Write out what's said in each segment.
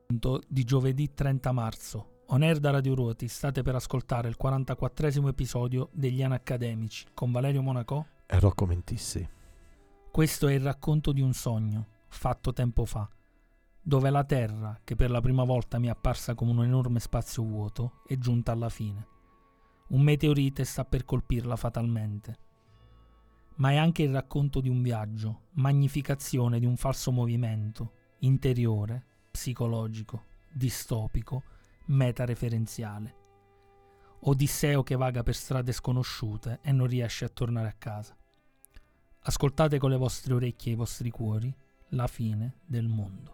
Di giovedì 30 marzo. On air da Radio Ruoti, state per ascoltare il 44esimo episodio degli Anaccademici con Valerio Monaco e Rocco Mentissi. Questo è il racconto di un sogno, fatto tempo fa, dove la Terra, che per la prima volta mi è apparsa come un enorme spazio vuoto, è giunta alla fine. Un meteorite sta per colpirla fatalmente. Ma è anche il racconto di un viaggio, magnificazione di un falso movimento, interiore, psicologico, distopico, metareferenziale. Odisseo che vaga per strade sconosciute e non riesce a tornare a casa. Ascoltate con le vostre orecchie e i vostri cuori la fine del mondo.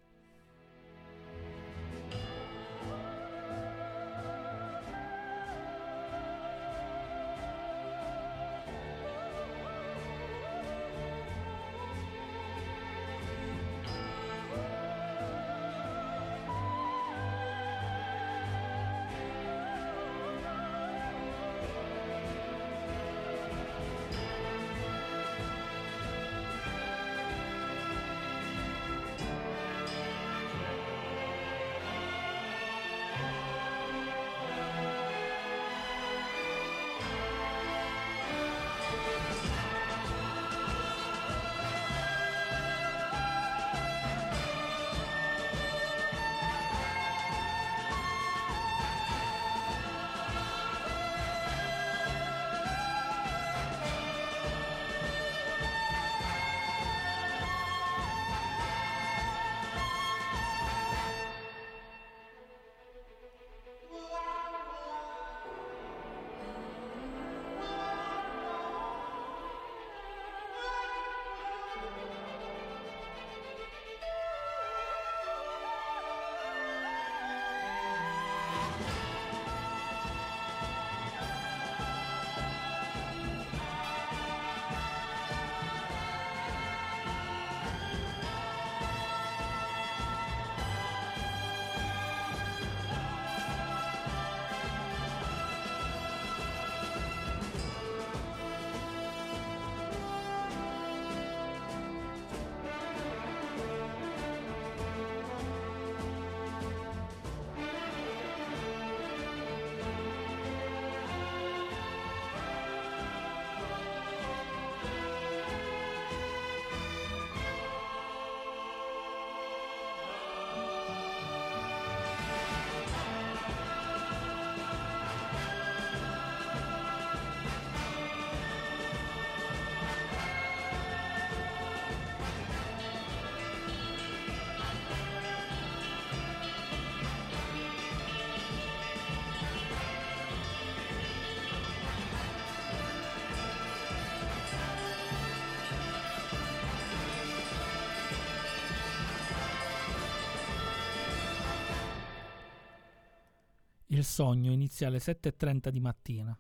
Il sogno inizia alle 7:30 di mattina.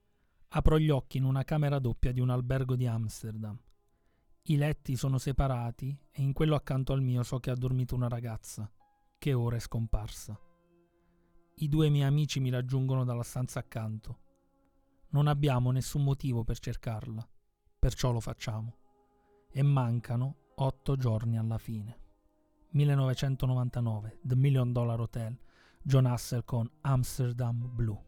Apro gli occhi in una camera doppia di un albergo di Amsterdam. I letti sono separati e in quello accanto al mio so che ha dormito una ragazza, che ora è scomparsa. I due miei amici mi raggiungono dalla stanza accanto. Non abbiamo nessun motivo per cercarla, perciò lo facciamo. E mancano 8 giorni alla fine. 1999, The $1 Million Hotel, Jon Hassell con Amsterdam Blue.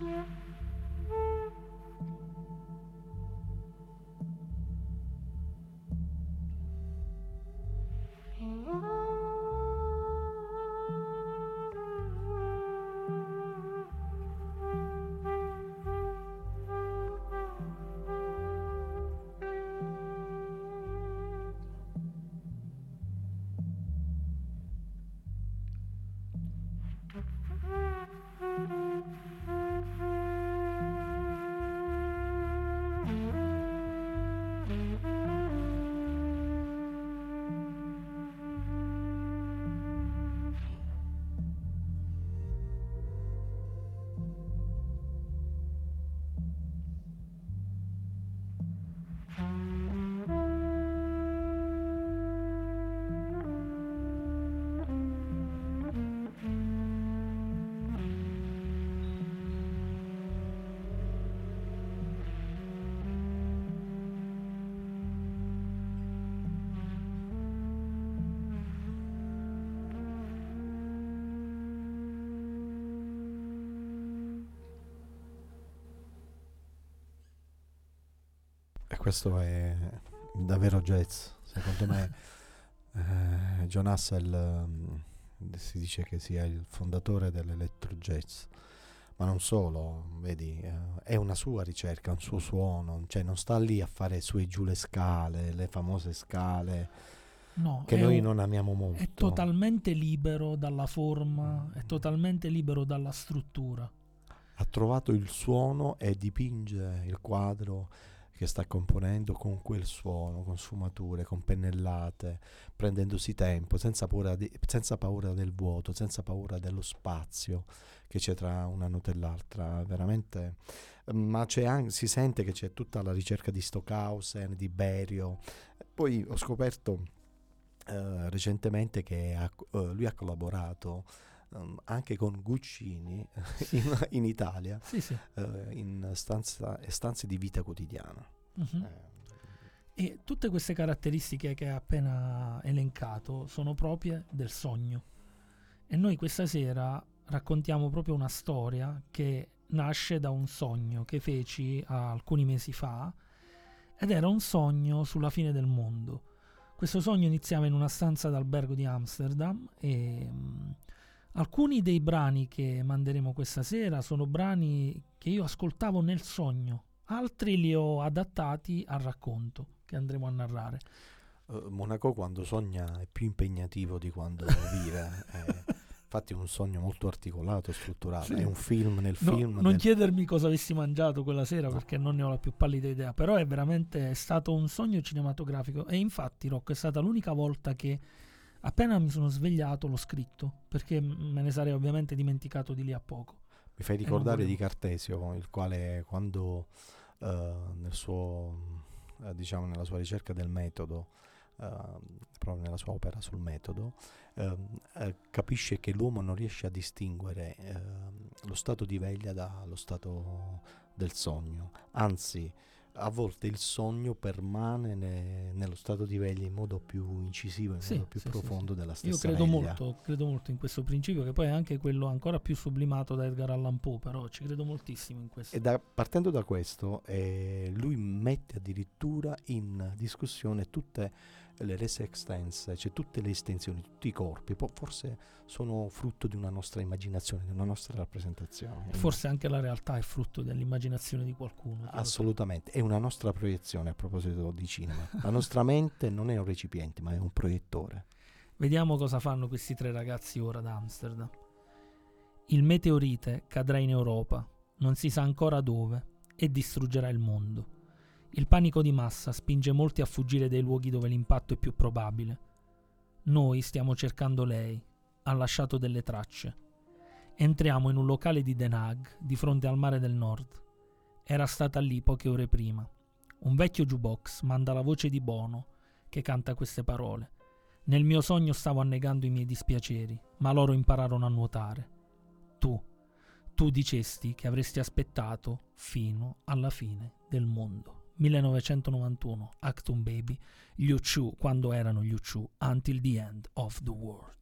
E questo è davvero jazz, secondo me. John Hassell si dice che sia il fondatore dell'electro jazz, ma non solo, vedi, è una sua ricerca, un suo suono, cioè non sta lì a fare su e giù le scale, le famose scale No, che noi non amiamo molto. è totalmente libero dalla forma, è totalmente libero dalla struttura. Ha trovato il suono e dipinge il quadro che sta componendo con quel suono, con sfumature, con pennellate, prendendosi tempo, senza paura del vuoto, senza paura dello spazio che c'è tra una nota e l'altra, veramente. Ma c'è anche, si sente che c'è tutta la ricerca di Stockhausen, di Berio. Poi ho scoperto recentemente che lui ha collaborato anche con Guccini in Italia, Sì. in stanze di vita quotidiana. Uh-huh. E tutte queste caratteristiche che hai appena elencato sono proprie del sogno. E noi questa sera raccontiamo proprio una storia che nasce da un sogno che feci alcuni mesi fa, ed era un sogno sulla fine del mondo. Questo sogno iniziava in una stanza d'albergo di Amsterdam e alcuni dei brani che manderemo questa sera sono brani che io ascoltavo nel sogno, altri li ho adattati al racconto che andremo a narrare. Monaco quando sogna è più impegnativo di quando vive. Infatti è un sogno molto articolato, strutturato. Sì. È un film nel film. Non chiedermi cosa avessi mangiato quella sera, no, perché non ne ho la più pallida idea, però è stato un sogno cinematografico. E infatti, Rocco, è stata l'unica volta che appena mi sono svegliato l'ho scritto, perché me ne sarei ovviamente dimenticato di lì a poco. Mi fai ricordare di Cartesio, il quale quando nel suo diciamo nella sua ricerca del metodo, proprio nella sua opera sul metodo, capisce che l'uomo non riesce a distinguere lo stato di veglia dallo stato del sogno, anzi a volte il sogno permane nello stato di veglia in modo più incisivo, in modo più profondo della stessa Io veglia. credo molto in questo principio, che poi è anche quello ancora più sublimato da Edgar Allan Poe, però ci credo moltissimo in questo. E partendo da questo, lui mette addirittura in discussione tutte le rese extense, cioè tutte le estensioni, tutti i corpi, forse sono frutto di una nostra immaginazione, di una nostra rappresentazione. E forse anche la realtà è frutto dell'immaginazione di qualcuno. Assolutamente, è una nostra proiezione a proposito di cinema. La nostra mente non è un recipiente, ma è un proiettore. Vediamo cosa fanno questi tre ragazzi ora ad Amsterdam. Il meteorite cadrà in Europa, non si sa ancora dove, e distruggerà il mondo. Il panico di massa spinge molti a fuggire dai luoghi dove l'impatto è più probabile. Noi stiamo cercando lei, ha lasciato delle tracce. Entriamo in un locale di Den Haag, di fronte al mare del nord. Era stata lì poche ore prima. Un vecchio jukebox manda la voce di Bono, che canta queste parole. Nel mio sogno stavo annegando i miei dispiaceri, ma loro impararono a nuotare. Tu dicesti che avresti aspettato fino alla fine del mondo. 1991, Achtung Baby, gli U2 quando erano gli U2, Until the End of the World.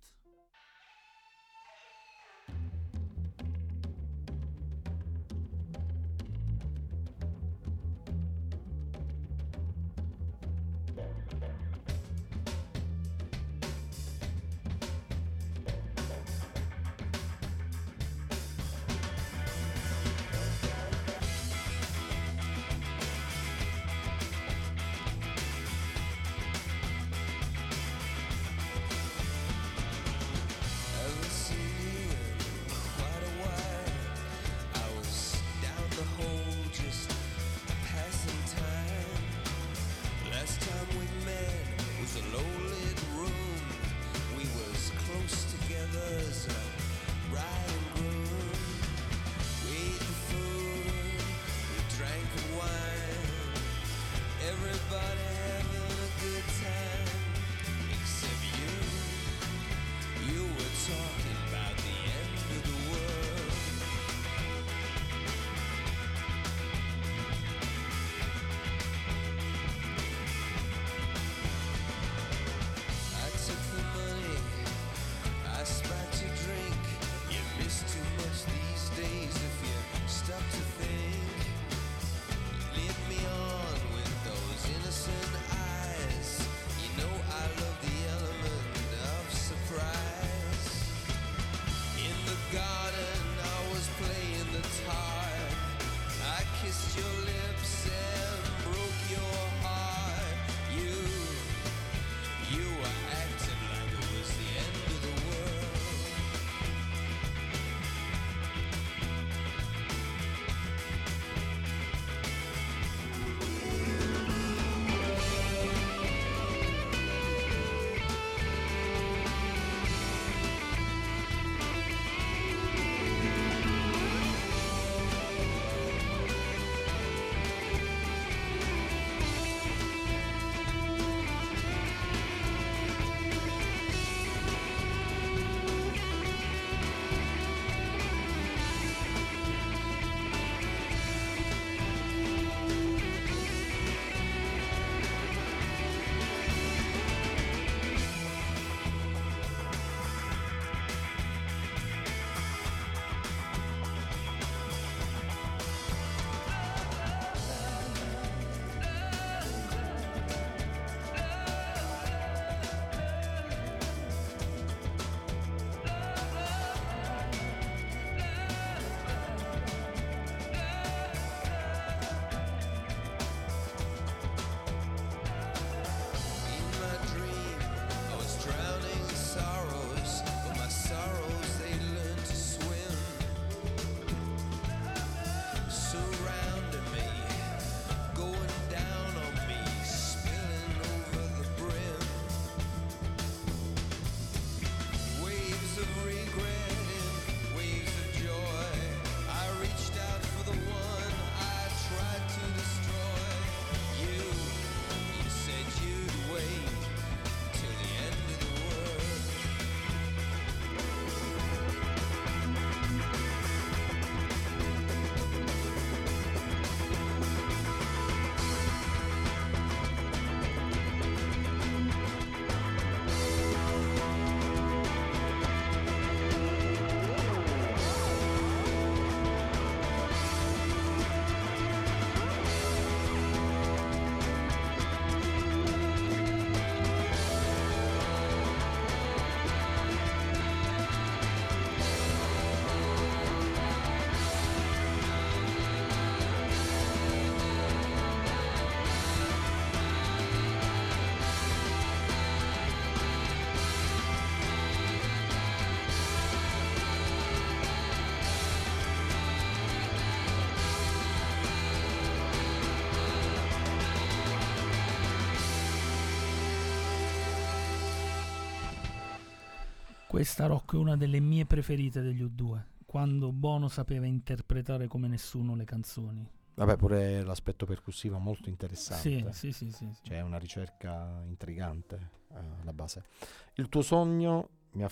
Questa, Rocco, è una delle mie preferite degli U2, quando Bono sapeva interpretare come nessuno le canzoni. Vabbè, pure l'aspetto percussivo è molto Sì, interessante. sì. C'è una ricerca intrigante alla base. Il tuo sogno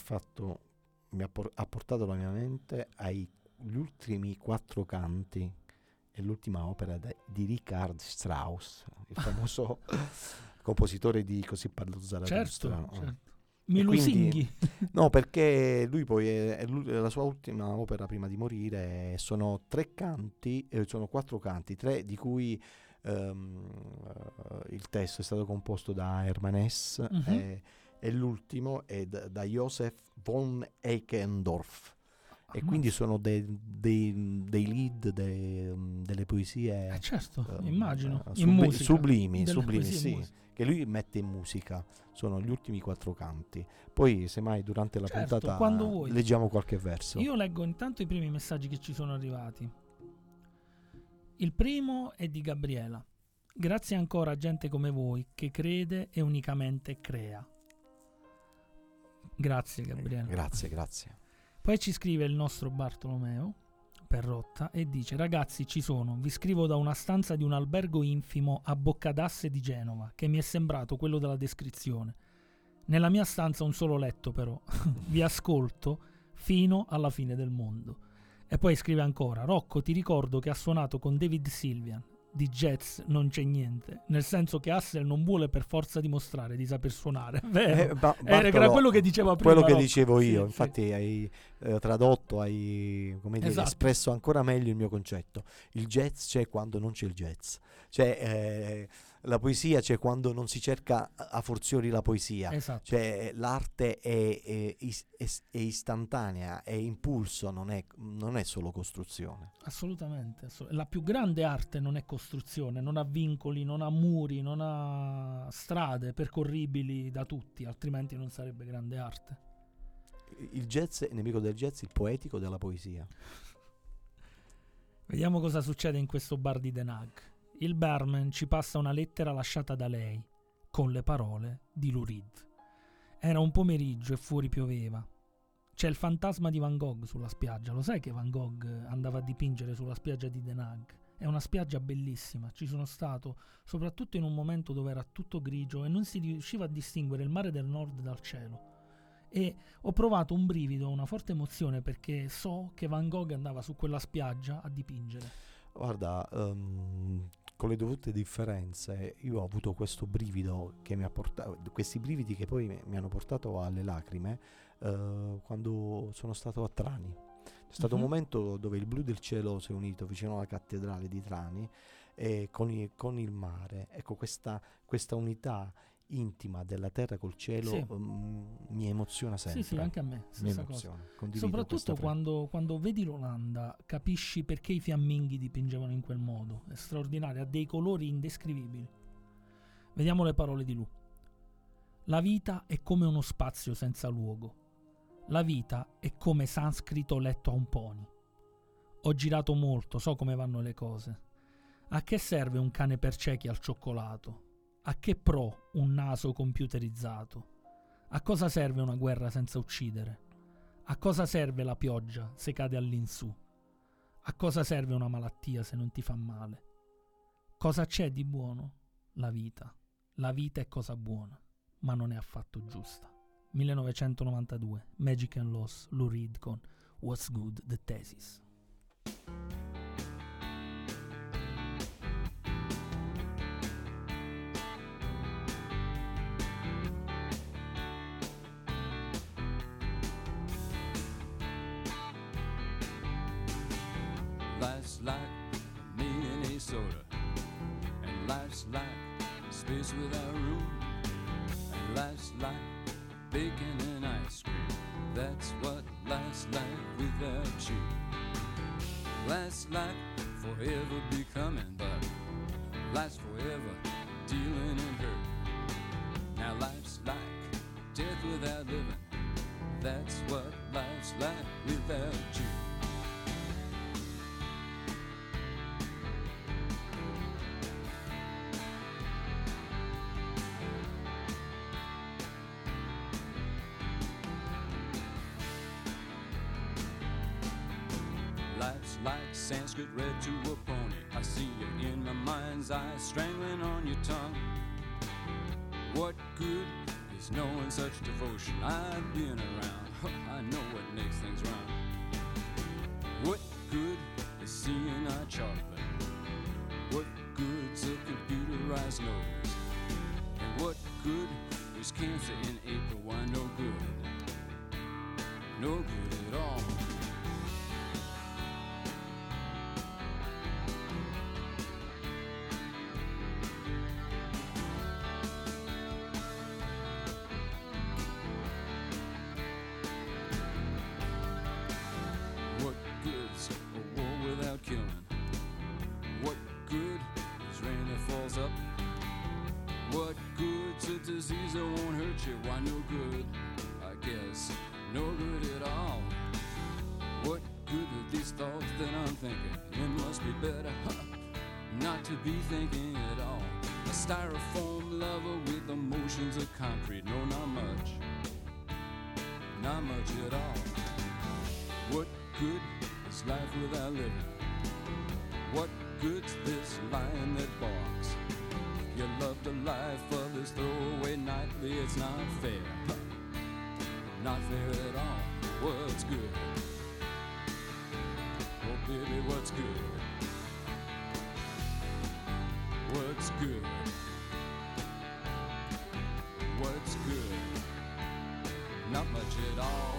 ha portato la mia mente agli ultimi 4 canti e l'ultima opera di Richard Strauss, il famoso compositore di Così parlò Zarathustra. Certo. Mi E quindi- lusinghi. No, perché lui poi è la sua ultima opera prima di morire. Sono 3 canti, sono 4 canti, 3 di cui il testo è stato composto da Hermann Hesse e l'ultimo è da Joseph von Eichendorff. E quindi sono dei lead, delle poesie Certo, immagino. In musica. sublimi, Delle poesie sì, in musica. che lui mette in musica. Sono gli ultimi 4 canti. Poi, semmai, durante la Certo, puntata quando vuoi. leggiamo qualche verso. Io leggo intanto i primi messaggi che ci sono arrivati. Il primo è di Gabriela. Grazie ancora a gente come voi che crede e unicamente crea. Grazie Gabriela. Grazie. Poi ci scrive il nostro Bartolomeo Perrotta e dice: ragazzi, ci sono, vi scrivo da una stanza di un albergo infimo a Boccadasse di Genova, che mi è sembrato quello della descrizione. Nella mia stanza un solo letto però. Vi ascolto fino alla fine del mondo. E poi scrive ancora: Rocco, ti ricordo che ha suonato con David Sylvian. Di jazz non c'è niente, nel senso che Hassel non vuole per forza dimostrare di saper suonare. Vero? Era quello che diceva prima. Quello che Rocco. dicevo io, Sì, infatti sì. hai tradotto, hai come dire, Esatto. espresso ancora meglio il mio concetto. Il jazz c'è quando non c'è il jazz. La poesia c'è quando non si cerca a forziori la poesia. Esatto. Cioè, l'arte è istantanea, è impulso, non è solo costruzione. Assolutamente. La più grande arte non è costruzione, non ha vincoli, non ha muri, non ha strade percorribili da tutti, altrimenti non sarebbe grande arte. Il jazz è nemico del jazz, il poetico della poesia. Vediamo cosa succede in questo bar di Den Haag. Il barman ci passa una lettera lasciata da lei, con le parole di Lou Reed. Era un pomeriggio e fuori pioveva. C'è il fantasma di Van Gogh sulla spiaggia. Lo sai che Van Gogh andava a dipingere sulla spiaggia di Den Haag? È una spiaggia bellissima. Ci sono stato, soprattutto in un momento dove era tutto grigio e non si riusciva a distinguere il mare del nord dal cielo. E ho provato un brivido, una forte emozione, perché so che Van Gogh andava su quella spiaggia a dipingere. Guarda, con le dovute differenze, io ho avuto questo brivido che mi ha portato, questi brividi che poi mi hanno portato alle lacrime quando sono stato a Trani. C'è stato un momento dove il blu del cielo si è unito vicino alla cattedrale di Trani e con il mare. Ecco, questa unità intima della terra col cielo Sì. Mi emoziona sempre. Sì, anche a me, stessa cosa. Soprattutto quando vedi l'Olanda capisci perché i fiamminghi dipingevano in quel modo. È straordinario, ha dei colori indescrivibili. Vediamo le parole di Lu. La vita è come uno spazio senza luogo. La vita è come sanscrito letto a un pony. Ho girato molto, so come vanno le cose. A che serve un cane per ciechi al cioccolato? A che pro un naso computerizzato? A cosa serve una guerra senza uccidere? A cosa serve la pioggia se cade all'insù? A cosa serve una malattia se non ti fa male? Cosa c'è di buono? La vita. La vita è cosa buona, ma non è affatto giusta. 1992, Magic and Loss, Lou Reed con What's Good, The Thesis. Life's like me and a soda, and life's like space without room, and life's like bacon and ice cream. That's what life's like without you. Life's like forever becoming, but life's forever dealing in hurt. Now life's like death without living. That's what life's like without you. like Sanskrit read to a pony. I see you in my mind's eye, strangling on your tongue. What good is knowing such devotion? I've been around, I know what makes things wrong. What good is seeing eye chocolate? What good's a computerized nose? And what good is cancer in April? Why, no good. No good at all. What good's a war without killing? What good is rain that falls up? What good's a disease that won't hurt you? Why, no good, I guess. No good at all. What good are these thoughts that I'm thinking? It must be better not to be thinking at all. A styrofoam lover with emotions of concrete. No, not much. Not much at all. What good is life without living? What good's this lion that barks? If you love the life others throw away nightly, it's not fair. Not fair at all. What's good? Oh baby, what's good? What's good? What's good? Not much at all.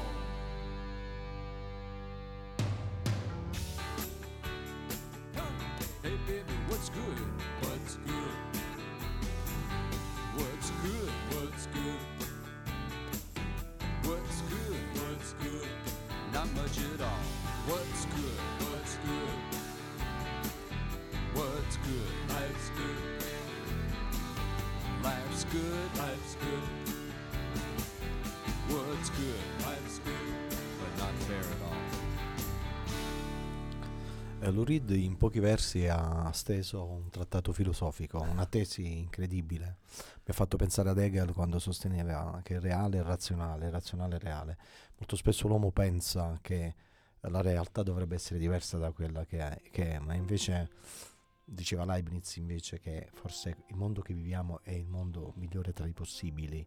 Hey baby, what's good? What's good? What's good? What's good? What's good? What's good? Not much at all. What's good? What's good? What's good? Life's good. Life's good. Life's good. What's good? Life's good. But not fair at all. Lou Reed in pochi versi ha steso un trattato filosofico, una tesi incredibile. Mi ha fatto pensare ad Hegel quando sosteneva che il reale è razionale, il razionale è reale. Molto spesso l'uomo pensa che la realtà dovrebbe essere diversa da quella che è, ma invece diceva Leibniz invece che forse il mondo che viviamo è il mondo migliore tra i possibili.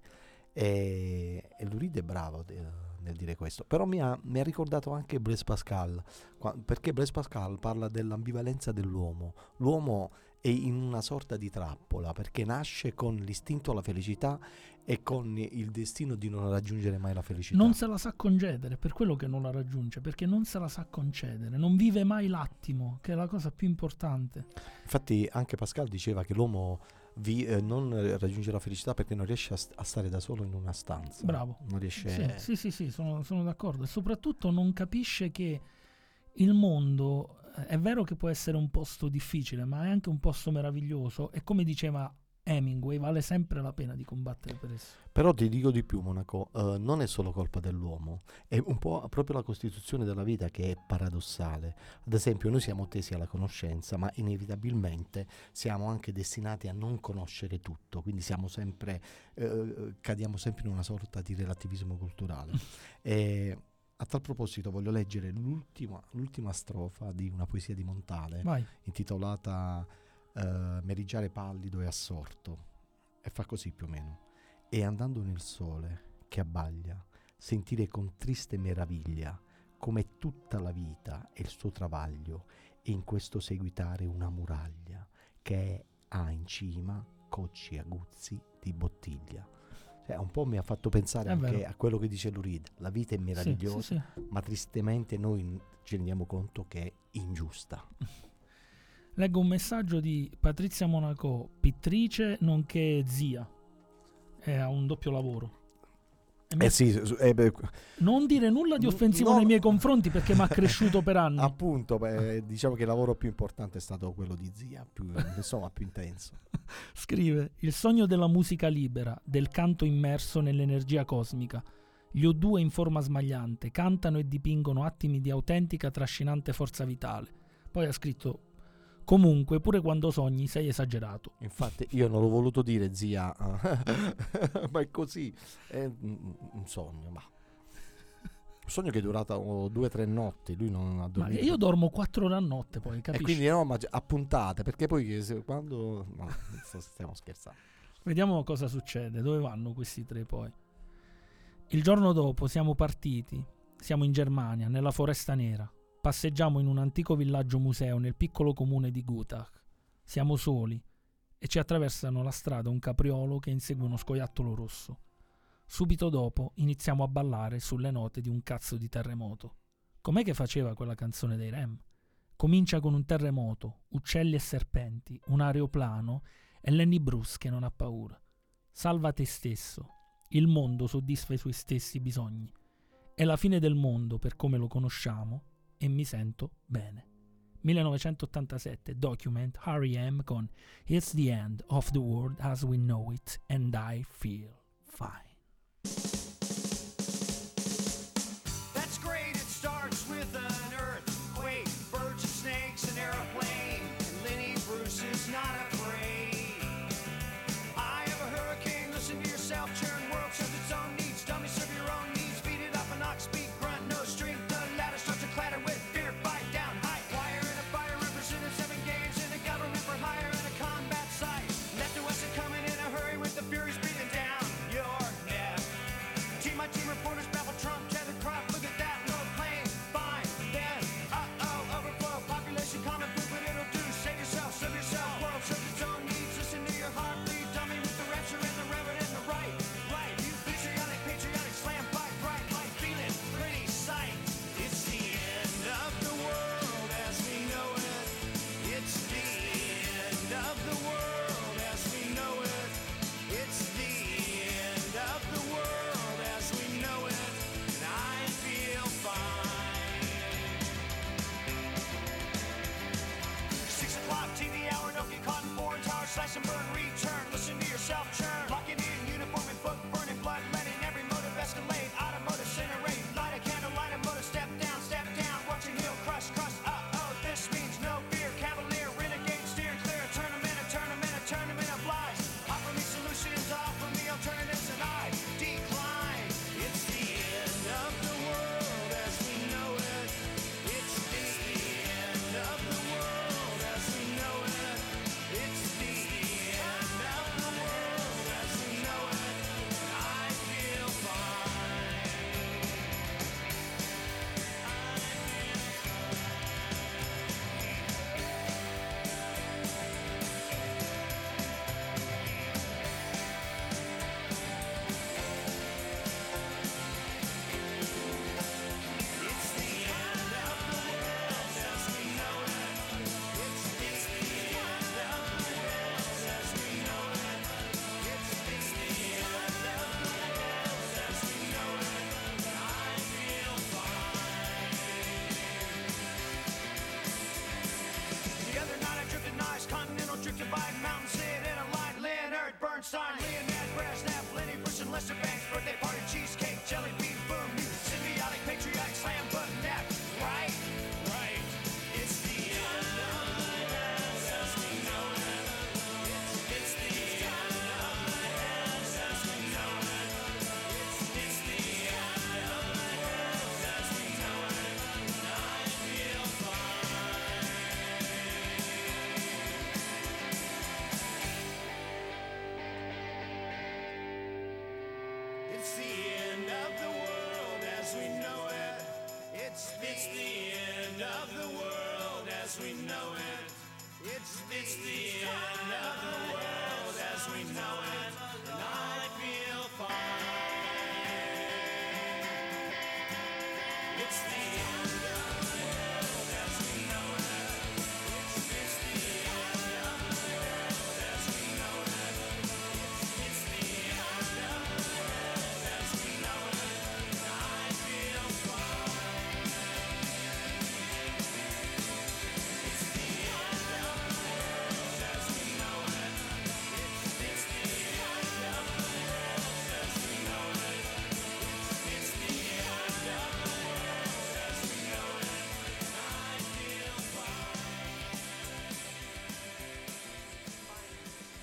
E Lou Reed è bravo nel dire questo, però mi ha ricordato anche Blaise Pascal, perché Blaise Pascal parla dell'ambivalenza dell'uomo. L'uomo è in una sorta di trappola perché nasce con l'istinto alla felicità e con il destino di non raggiungere mai la felicità. Non se la sa concedere, per quello che non la raggiunge, perché non se la sa concedere, non vive mai l'attimo, che è la cosa più importante. Infatti anche Pascal diceva che l'uomo non raggiunge la felicità perché non riesce a stare da solo in una stanza. Bravo. Non riesce. Sì, sono d'accordo. E soprattutto non capisce che il mondo è vero che può essere un posto difficile, ma è anche un posto meraviglioso, e come diceva Hemingway, vale sempre la pena di combattere per esso. Però ti dico di più, Monaco, non è solo colpa dell'uomo, è un po' proprio la costituzione della vita che è paradossale. Ad esempio, noi siamo tesi alla conoscenza, ma inevitabilmente siamo anche destinati a non conoscere tutto, quindi siamo sempre cadiamo sempre in una sorta di relativismo culturale. E a tal proposito voglio leggere l'ultima strofa di una poesia di Montale. Vai. Intitolata Merigiare pallido e assorto, e fa così più o meno: e andando nel sole che abbaglia, sentire con triste meraviglia come tutta la vita e il suo travaglio, e in questo seguitare una muraglia che ha in cima cocci aguzzi di bottiglia. Cioè, un po' mi ha fatto pensare anche a quello che dice Lou Reed: la vita è meravigliosa, sì. Ma tristemente noi ci rendiamo conto che è ingiusta. Leggo un messaggio di Patrizia Monaco, pittrice nonché zia, ha un doppio lavoro. Non dire nulla di offensivo nei miei confronti, perché mi ha cresciuto per anni. Appunto, diciamo che il lavoro più importante è stato quello di zia, più intenso. Scrive: il sogno della musica libera, del canto immerso nell'energia cosmica. Gli O2 in forma smagliante cantano e dipingono attimi di autentica trascinante forza vitale. Poi ha scritto: comunque, pure quando sogni sei esagerato. Infatti io non l'ho voluto dire, zia, ma è così, è un sogno, ma Un sogno che è durato 2 o 3 notti, lui non ha Ma dormito. io dormo 4 ore a notte, poi, E capisci? quindi no, ma a puntate, perché poi quando... No, stiamo scherzando. Vediamo cosa succede, dove vanno questi tre poi. Il giorno dopo siamo partiti, siamo in Germania, nella Foresta Nera. Passeggiamo in un antico villaggio museo nel piccolo comune di Gutach. Siamo soli e ci attraversano la strada un capriolo che insegue uno scoiattolo rosso. Subito dopo iniziamo a ballare sulle note di un cazzo di terremoto. Com'è che faceva quella canzone dei Rem? Comincia con un terremoto, uccelli e serpenti, un aeroplano e Lenny Bruce che non ha paura. Salva te stesso. Il mondo soddisfa i suoi stessi bisogni. È la fine del mondo per come lo conosciamo e mi sento bene. 1987, Document, R.E.M. con It's the End of the World as We Know It and I Feel Fine. That's great, it starts with an earthquake, birds and snakes, an airplane, and Lenny Bruce is not afraid. I have a hurricane, listen to yourself, churn, world serves its own needs, dummy serve your own needs, beat it up an ox, speak, grunt, no strength, the ladder starts to clatter with fear, fight down, high, wire and a fire, represented 7 games in a government for hire and a combat site, left to us and coming in a hurry with the furies breathing down your neck. Team by team reporters babble Trump, tether crop, look at that, no plane, fine, then, overflow, population common food, but it'll do, save yourself, serve yourself, world serves its own needs, listen to your heart, bleed, dummy with the rapture and the reverend and the right, you patriotic, slam, fight, bright, light, feeling, pretty sight, it's the end of the world as we know it, it's the end of the world as we know it, it's the end of the world as we know it, and I feel fine. 6 o'clock, TV hour, don't get caught in foreign tower, slash and burn, return, listen to yourself churn, locking in, uniform and book, burning blood, letting every motive escalate, automotive incinerate, light a candle, light a motor, step down, watching heel, crush, this means no fear, cavalier, renegade, steer clear, a tournament of lies, offer me solutions, offer me alternatives, and I decline. It's the end of the world as we know it. It's the end of the world as we know it. It's the end of the world as we know it. And I feel fine. It's the end of the world as we know it. It's the end of the world as we know it. It's the end of the world as we know it. And I feel fine. The other night I drifted nice, continental drifted by mountain, sit in a line, Leonard Bernstein, Leonid Brezhnev, Lenny Bruce and Lester Banks, birthday party, cheesecake, jelly bean, boom, you symbiotic, patriotic, slam button, nap, right, it's the end of the world as we know it, it's the end of the world as we know it, it's the end of the world as we know it, and I feel fine. It's the end of the world as we know it. It's the end of the world as we know it. It's the end of the world as we know it. And I feel fine. It's the end of the world as we know it. It's the end of the world as we know it. It's the end of the world as we know it. And I feel fine. It's the end of the world as we know it. It's the end of the world as we know it. It's the end of the world as we know it. And I feel fine.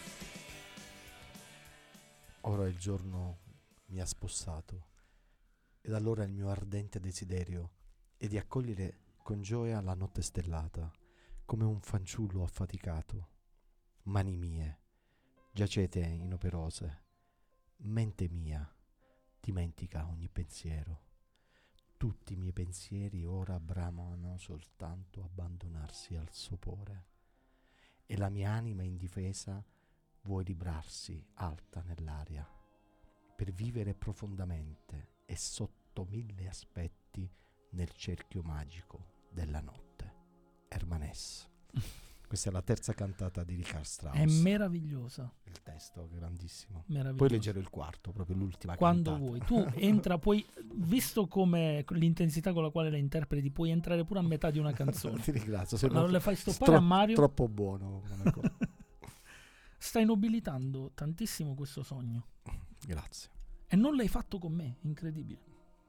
Ora il giorno mi ha spossato Ed allora il mio ardente desiderio è di accogliere con gioia la notte stellata, come un fanciullo affaticato. Mani mie, giacete inoperose, mente mia, dimentica ogni pensiero. Tutti i miei pensieri ora bramano soltanto abbandonarsi al sopore, e la mia anima indifesa vuole librarsi alta nell'aria, per vivere profondamente e sotto 1000 aspetti nel cerchio magico della notte. Hermanès. Questa è la terza cantata di Richard Strauss. È meravigliosa. Il testo grandissimo. Meravigliosa. Poi leggerò il quarto, proprio l'ultima Quando cantata. vuoi. Tu entra, puoi, visto come l'intensità con la quale la interpreti, puoi entrare pure a metà di una canzone. Ti ringrazio. Non le fai stoppare a Mario. Troppo buono. come cosa. Stai nobilitando tantissimo questo sogno. Grazie. E non l'hai fatto con me, incredibile.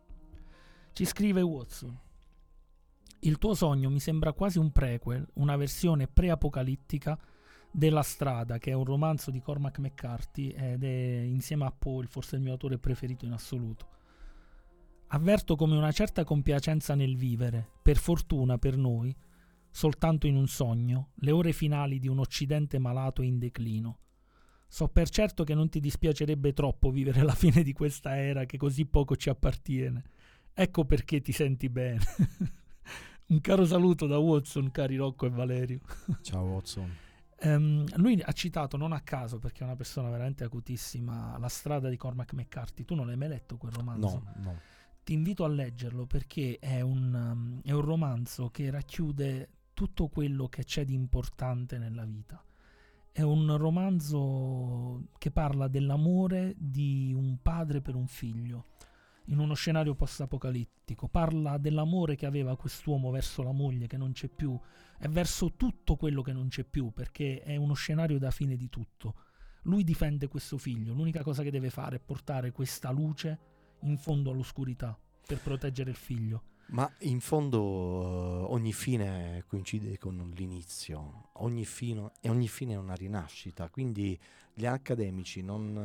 Ci scrive Watson: il tuo sogno mi sembra quasi un prequel, una versione pre-apocalittica della Strada, che è un romanzo di Cormac McCarthy ed è, insieme a Poe, forse il mio autore preferito in assoluto. Avverto come una certa compiacenza nel vivere, per fortuna per noi, soltanto in un sogno, le ore finali di un Occidente malato e in declino. So per certo che non ti dispiacerebbe troppo vivere la fine di questa era che così poco ci appartiene. Ecco perché ti senti bene. Un caro saluto da Watson, cari Rocco e Valerio. Ciao Watson. Lui ha citato non a caso, perché è una persona veramente acutissima, La Strada di Cormac McCarthy. Tu non l'hai mai letto quel romanzo? No. Ti invito a leggerlo, perché è un romanzo che racchiude tutto quello che c'è di importante nella vita. È un romanzo che parla dell'amore di un padre per un figlio in uno scenario post-apocalittico. Parla dell'amore che aveva quest'uomo verso la moglie che non c'è più e verso tutto quello che non c'è più, perché è uno scenario da fine di tutto. Lui difende questo figlio, l'unica cosa che deve fare è portare questa luce in fondo all'oscurità per proteggere il figlio. Ma in fondo ogni fine coincide con l'inizio, ogni fine è una rinascita, quindi gli accademici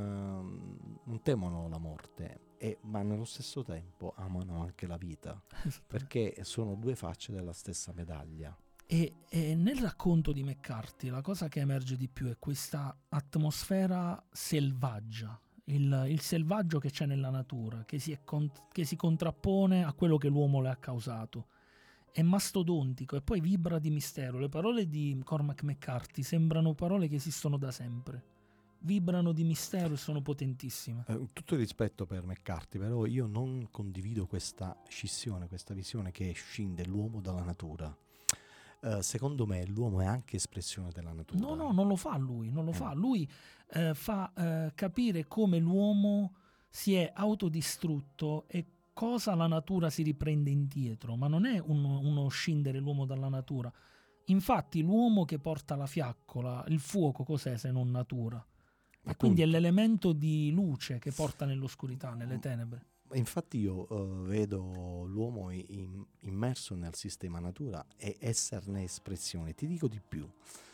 non temono la morte, ma nello stesso tempo amano anche la vita, perché sono due facce della stessa medaglia. E nel racconto di McCarthy la cosa che emerge di più è questa atmosfera selvaggia, il selvaggio che c'è nella natura, che si contrappone a quello che l'uomo le ha causato. È mastodontico e poi vibra di mistero. Le parole di Cormac McCarthy sembrano parole che esistono da sempre. Vibrano di mistero e sono potentissime. Tutto il rispetto per McCarthy, però io non condivido questa scissione, questa visione che scinde l'uomo dalla natura. Secondo me l'uomo è anche espressione della natura. No, non lo fa lui, non lo fa. Lui fa capire come l'uomo si è autodistrutto e cosa la natura si riprende indietro, ma non è uno scindere l'uomo dalla natura. Infatti l'uomo che porta la fiaccola, il fuoco, cos'è se non natura? E quindi è l'elemento di luce che porta nell'oscurità, nelle tenebre. Infatti io vedo l'uomo immerso nel sistema natura e esserne espressione. Ti dico di più,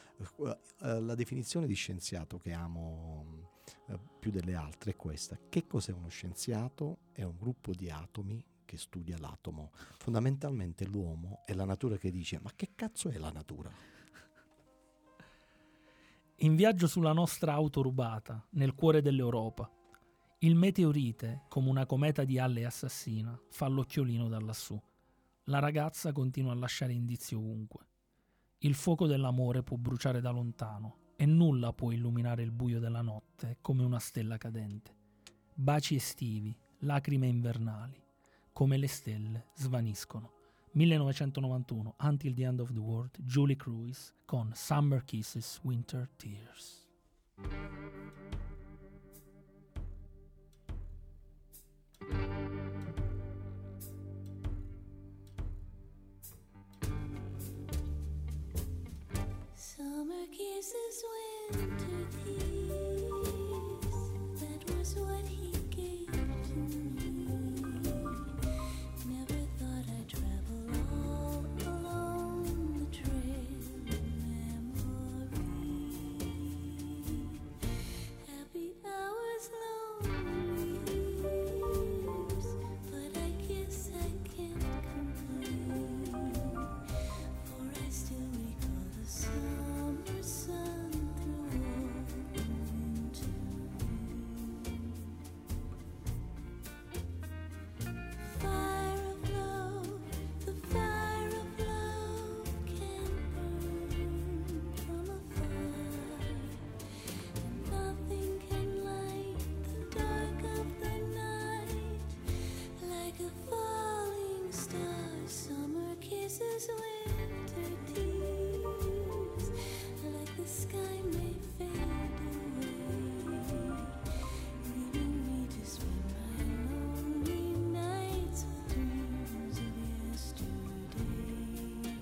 la definizione di scienziato che amo più delle altre è questa. Che cos'è uno scienziato? È un gruppo di atomi che studia l'atomo. Fondamentalmente l'uomo è la natura che dice: ma che cazzo è la natura? In viaggio sulla nostra auto rubata, nel cuore dell'Europa, il meteorite, come una cometa di alle assassina, fa l'occhiolino da lassù. La ragazza continua a lasciare indizi ovunque. Il fuoco dell'amore può bruciare da lontano e nulla può illuminare il buio della notte come una stella cadente. Baci estivi, lacrime invernali, come le stelle svaniscono. 1991, Until the End of the World, Julie Cruise con Summer Kisses, Winter Tears. Summer kisses, winter tears. That was what he gave to me. Never thought I'd travel all alone the trail of memory. Happy hours, lonely years, but I kisses, winter tears, like the sky may fade away, leaving me to spend my lonely nights with dreams of yesterday.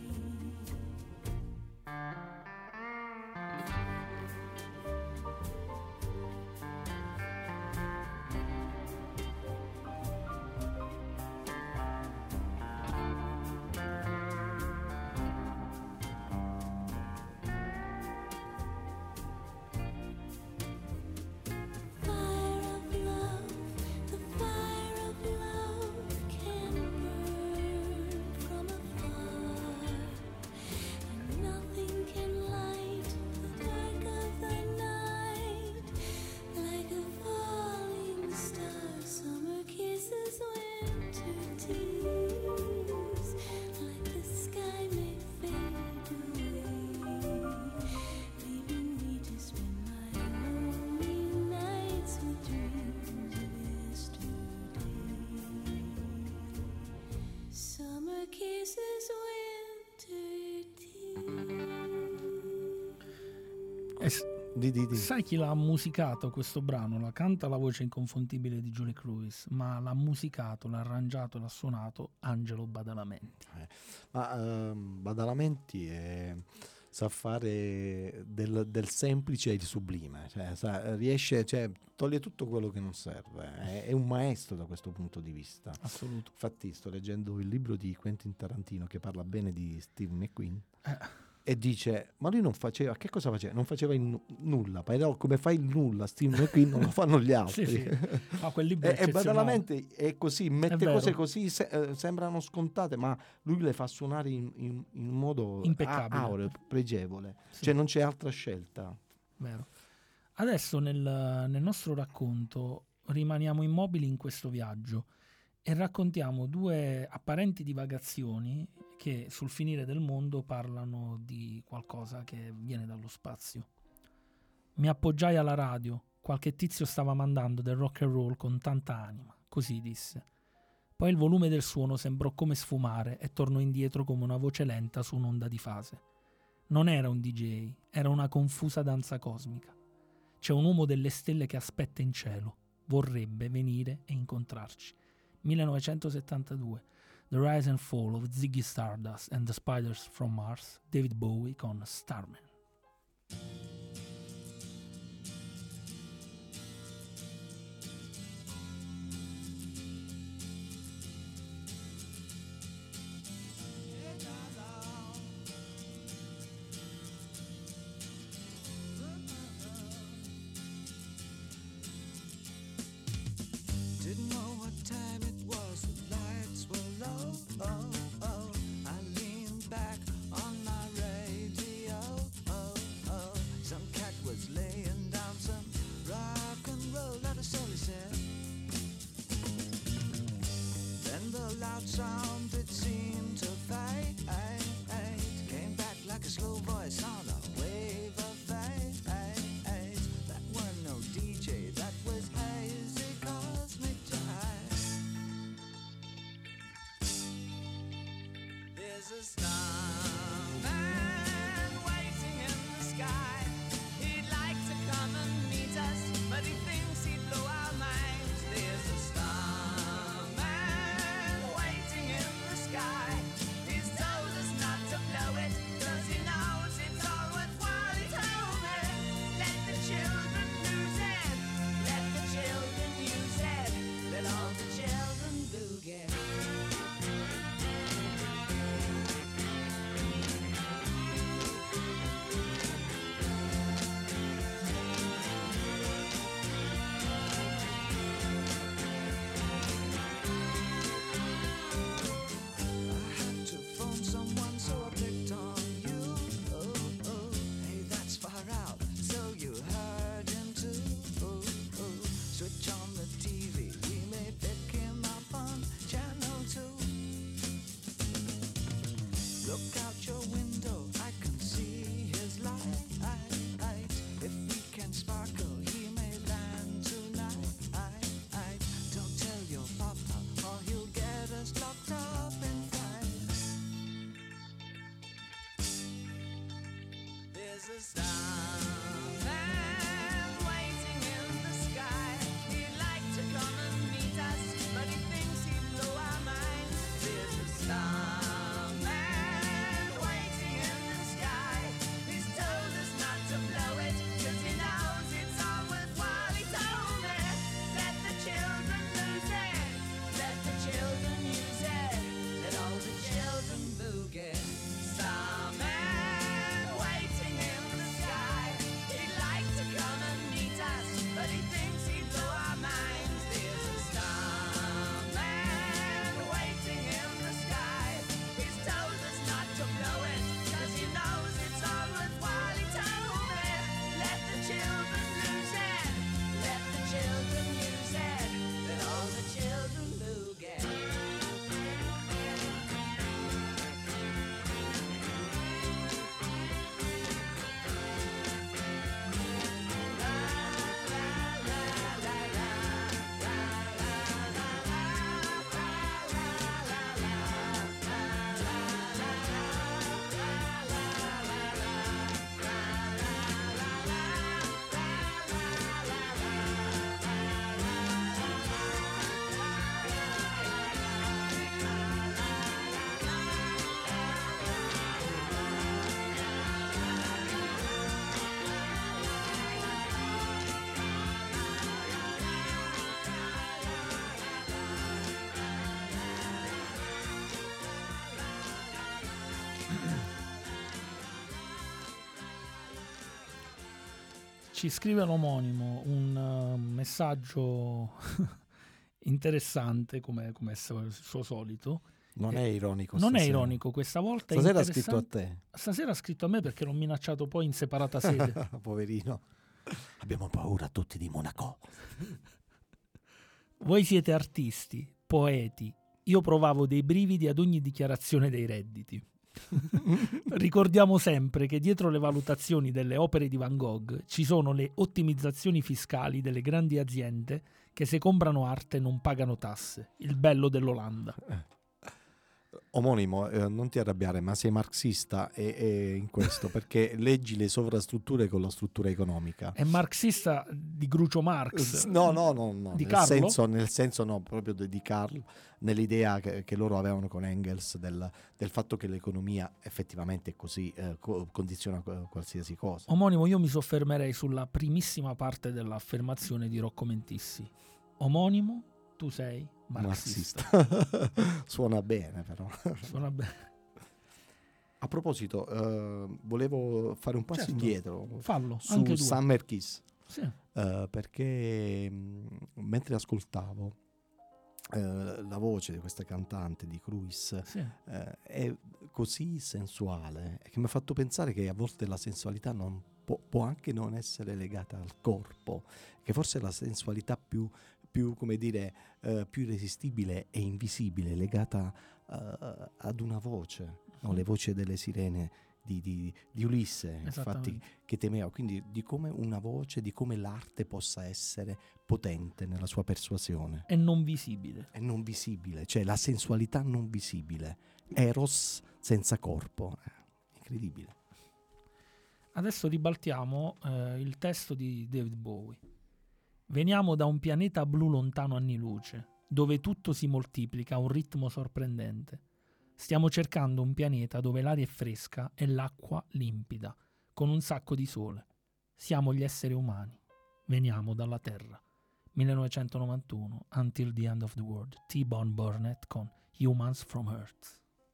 Fire of love, the fire of love can burn from afar, and nothing can light the dark of the night like a falling star. Summer kisses, winter tears, like the sky may fade away, leaving me to spend my lonely nights with dreams of yesterday. Summer kisses, winter tears. Di. Sai chi l'ha musicato questo brano? La canta la voce inconfondibile di Julie Cruz, ma l'ha musicato, l'ha arrangiato, l'ha suonato Angelo Badalamenti. Ma Badalamenti sa fare del semplice il sublime, cioè, riesce, cioè, toglie tutto quello che non serve, è un maestro da questo punto di vista. Assoluto. Infatti sto leggendo il libro di Quentin Tarantino che parla bene di Steve McQueen e dice, ma lui non faceva, che cosa faceva? Non faceva nulla, però come fa il nulla Steve McQueen non lo fanno gli altri. Sì. Ma quel libro è E eccezionale. Badalamenti è così, mette vero. cose così, sembrano scontate, ma lui le fa suonare in modo Impeccabile. aureo, pregevole. Sì. Cioè non c'è altra scelta. Vero. Adesso nel nostro racconto rimaniamo immobili in questo viaggio e raccontiamo due apparenti divagazioni che sul finire del mondo parlano di qualcosa che viene dallo spazio. Mi appoggiai alla radio, qualche tizio stava mandando del rock and roll con tanta anima, così disse. Poi il volume del suono sembrò come sfumare e tornò indietro come una voce lenta su un'onda di fase. Non era un DJ, era una confusa danza cosmica. C'è un uomo delle stelle che aspetta in cielo, vorrebbe venire e incontrarci. 1972, The Rise and Fall of Ziggy Stardust and the Spiders from Mars, David Bowie con Starman. Didn't know what time it was, the lights were low. I leaned back on my radio. a starman waiting in the sky. He'd like to come and meet us, but he thinks he'd blow our minds. There's a starman waiting in the sky. He's told us not to blow it, 'cause he knows it's all worthwhile. He told me, let the children lose it, let the children use it, let all the children boogie. Starman waiting in the sky. He'd like to come and meet us, but he thinks he'd blow our minds. There's a starman waiting in the sky. He's told us not to blow it, 'cause he knows it's all worthwhile. He told me, let the children lose it, let the children use it, let all the children boogie. Ci scrive l'omonimo un messaggio interessante come suo solito. Non è ironico. Non è stasera. ironico questa volta. è Stasera ha scritto a interessante. te. Stasera ha scritto a me perché l'ho minacciato poi in separata sede. Poverino. Abbiamo paura tutti di Monaco. Voi siete artisti, poeti. Io provavo dei brividi ad ogni dichiarazione dei redditi. Ricordiamo sempre che dietro le valutazioni delle opere di Van Gogh ci sono le ottimizzazioni fiscali delle grandi aziende che se comprano arte non pagano tasse. Il bello dell'Olanda. Omonimo, non ti arrabbiare, ma sei marxista e in questo, perché leggi le sovrastrutture con la struttura economica. È marxista di Groucho Marx? No. Di nel Carlo? senso no, proprio di Carlo, nell'idea che loro avevano con Engels del fatto che l'economia effettivamente è così, condiziona qualsiasi cosa. Omonimo, io mi soffermerei sulla primissima parte dell'affermazione di Rocco Mentissi. Omonimo, tu sei marxista. Suona bene però. Suona bene. A proposito, volevo fare un passo Certo, indietro fallo, su anche tu. Summer Kiss, Sì. perché mentre ascoltavo la voce di questa cantante di Cruise Sì. è così sensuale che mi ha fatto pensare che a volte la sensualità non può anche non essere legata al corpo, che forse è la sensualità più come dire, più irresistibile e invisibile, legata ad una voce, no? Le voci delle sirene di Ulisse, infatti, che temeva, quindi di come una voce, di come l'arte possa essere potente nella sua persuasione. È non visibile. È non visibile, cioè la sensualità non visibile, Eros senza corpo, incredibile. Adesso ribaltiamo il testo di David Bowie. Veniamo da un pianeta blu lontano anni luce, dove tutto si moltiplica a un ritmo sorprendente. Stiamo cercando un pianeta dove l'aria è fresca e l'acqua limpida, con un sacco di sole. Siamo gli esseri umani. Veniamo dalla Terra. 1991, Until the End of the World. T-Bone Burnett con Humans from Earth.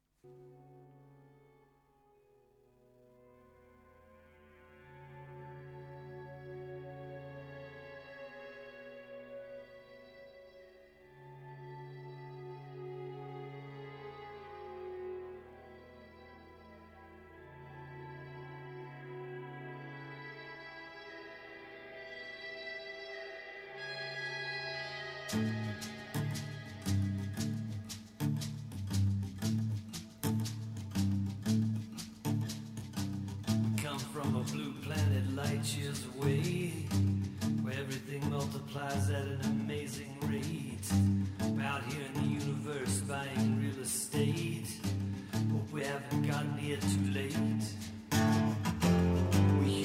Come from a blue planet light years away, where everything multiplies at an amazing rate. Out here in the universe buying real estate, hope we haven't gotten here too late. We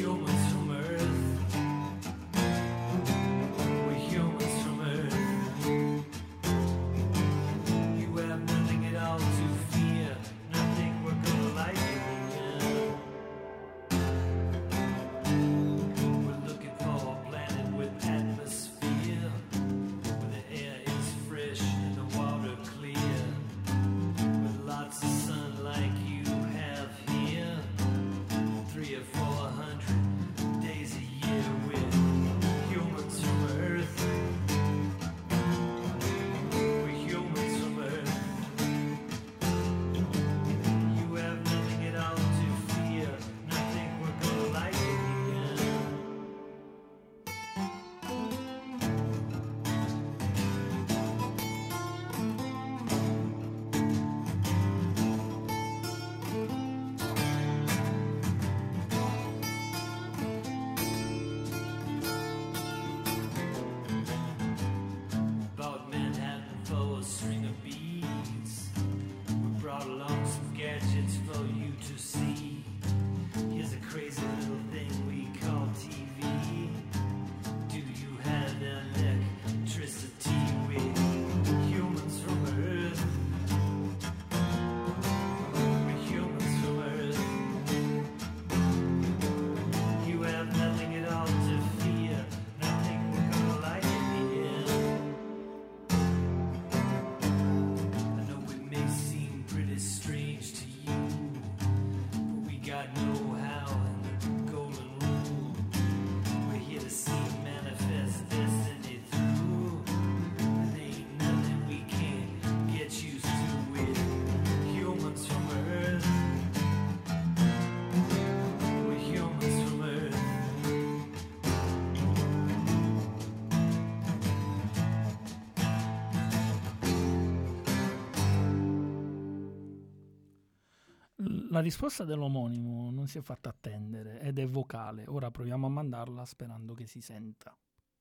La risposta dell'omonimo non si è fatta attendere ed è vocale. Ora proviamo a mandarla sperando che si senta.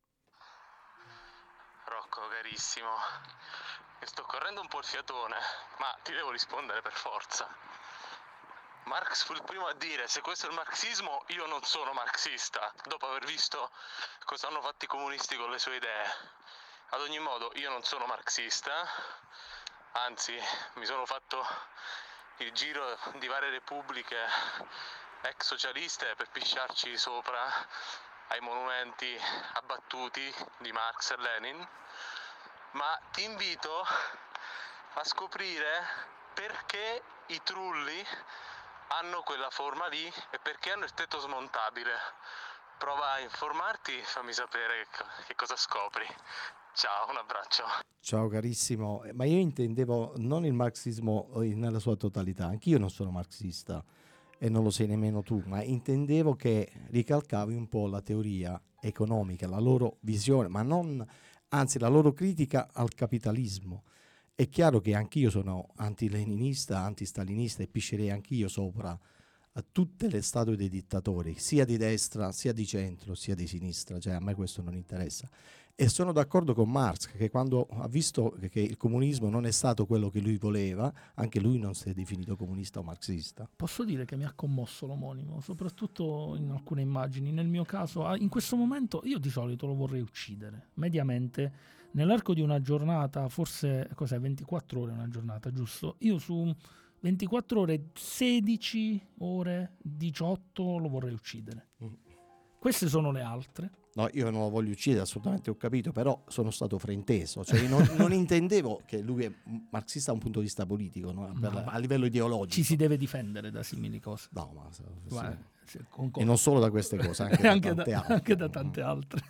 Rocco, carissimo, mi sto correndo un po' il fiatone, ma ti devo rispondere per forza. Marx fu il primo a dire: se questo è il marxismo, io non sono marxista, dopo aver visto cosa hanno fatto i comunisti con le sue idee. Ad ogni modo, io non sono marxista, anzi, mi sono fatto il giro di varie repubbliche ex socialiste per pisciarci sopra ai monumenti abbattuti di Marx e Lenin, ma ti invito a scoprire perché i trulli hanno quella forma lì e perché hanno il tetto smontabile. Prova a informarti, fammi sapere che cosa scopri. Ciao, un abbraccio. Ciao carissimo, ma io intendevo non il marxismo nella sua totalità, anch'io non sono marxista e non lo sei nemmeno tu, ma intendevo che ricalcavi un po' la teoria economica, la loro visione, ma non, anzi la loro critica al capitalismo. È chiaro che anch'io sono anti-leninista, anti-stalinista e piscerei anch'io sopra a tutte le statue dei dittatori, sia di destra, sia di centro, sia di sinistra, cioè a me questo non interessa. E sono d'accordo con Marx che quando ha visto che il comunismo non è stato quello che lui voleva, anche lui non si è definito comunista o marxista. Posso dire che mi ha commosso l'omonimo, soprattutto in alcune immagini. Nel mio caso, in questo momento, io di solito lo vorrei uccidere. Mediamente, nell'arco di una giornata, forse, 24 ore una giornata, giusto? Io su 24 ore, 16 ore, 18 lo vorrei uccidere. Queste sono le altre. No, io non lo voglio uccidere, assolutamente, ho capito, però sono stato frainteso, cioè non intendevo che lui è marxista da un punto di vista politico, no? A livello ideologico. Ci si deve difendere da simili cose. No, ma Guarda, e non solo da queste cose, anche da tante altre. Anche da tante altre.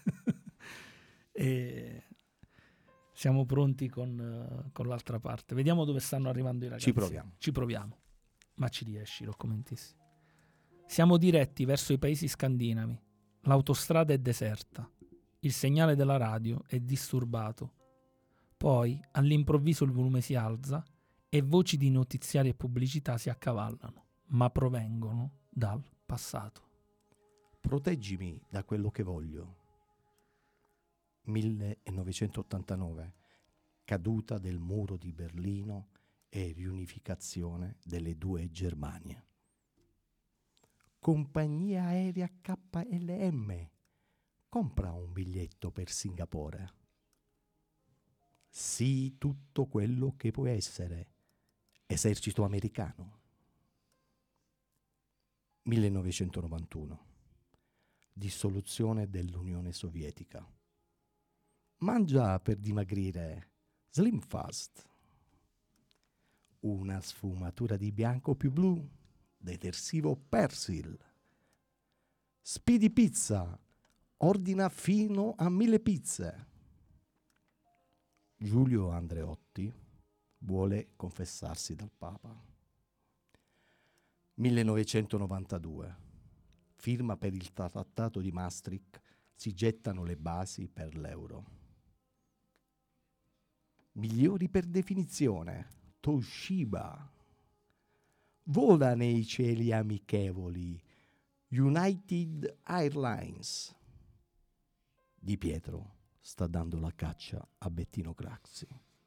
E siamo pronti con l'altra parte. Vediamo dove stanno arrivando i ragazzi. Ci proviamo. Ma ci riesci, lo commentissimo. Siamo diretti verso i paesi scandinavi. L'autostrada è deserta, il segnale della radio è disturbato. Poi, all'improvviso, il volume si alza e voci di notiziari e pubblicità si accavallano, ma provengono dal passato. Proteggimi da quello che voglio. 1989, caduta del muro di Berlino e riunificazione delle due Germanie. Compagnia aerea KLM, compra un biglietto per Singapore. Sii tutto quello che puoi essere, esercito americano. 1991, dissoluzione dell'Unione Sovietica. Mangia per dimagrire, Slim Fast. Una sfumatura di bianco più blu, detersivo Persil. Speedy Pizza, ordina fino a 1000 pizze. Giulio Andreotti vuole confessarsi dal Papa. 1992, firma per il trattato di Maastricht, si gettano le basi per l'euro. Migliori per definizione, Toshiba. Vola nei cieli amichevoli, United Airlines. Di Pietro sta dando la caccia a Bettino Craxi.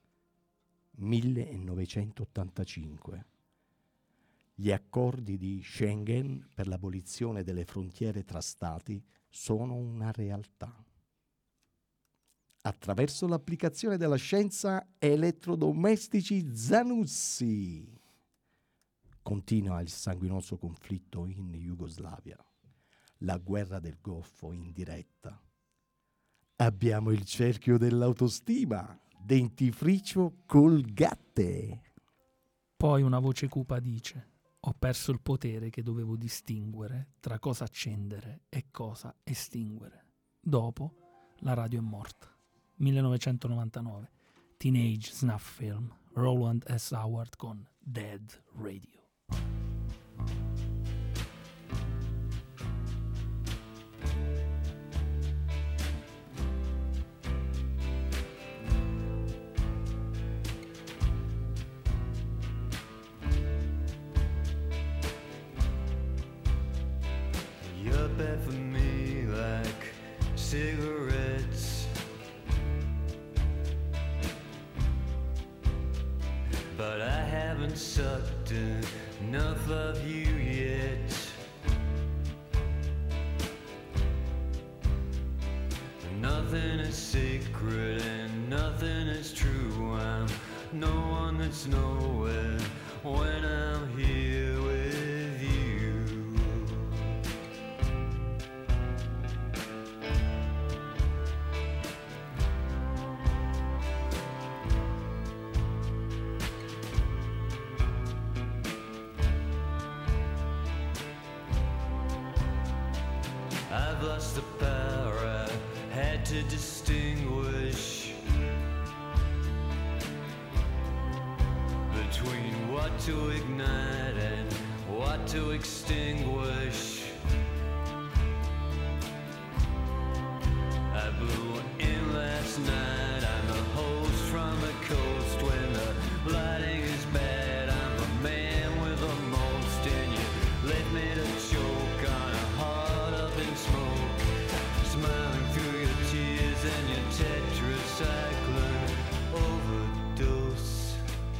1985. Gli accordi di Schengen per l'abolizione delle frontiere tra stati sono una realtà. Attraverso l'applicazione della scienza, elettrodomestici Zanussi. Continua il sanguinoso conflitto in Jugoslavia, la guerra del Golfo in diretta. Abbiamo il cerchio dell'autostima, dentifricio Colgate. Poi una voce cupa dice: ho perso il potere che dovevo distinguere tra cosa accendere e cosa estinguere. Dopo la radio è morta. 1999, Teenage Snuff Film, Roland S. Howard con Dead Radio. bad for me like cigarettes. But I haven't sucked enough of you yet. Nothing is sacred and nothing is true. I'm no one that's nowhere when I'm here with you. I've lost the power I had to distinguish between what to ignite and what to extinguish. I blew in last night, I'm a host from the coast. When the lighting is bad, I'm a man with the most. And you left me to choke on a heart up in smoke, smiling through your tears and your tetracycline overdose.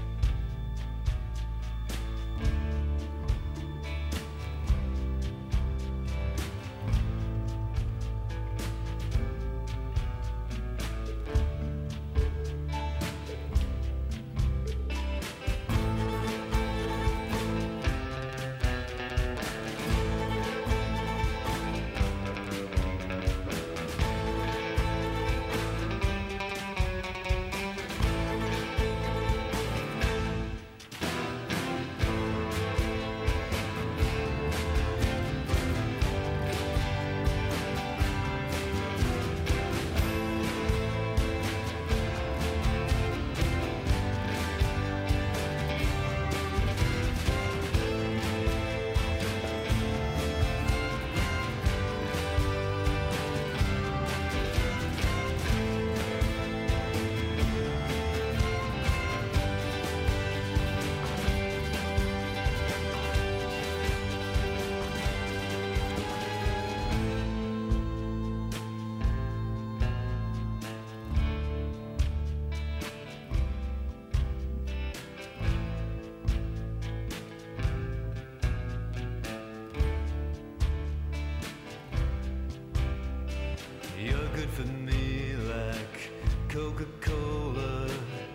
You're good for me like Coca-Cola.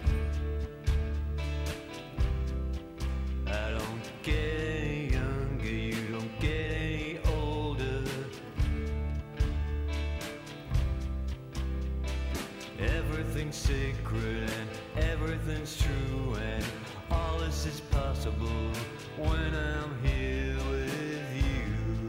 I don't get any younger, you don't get any older. Everything's sacred and everything's true, and all this is possible when I'm here with you.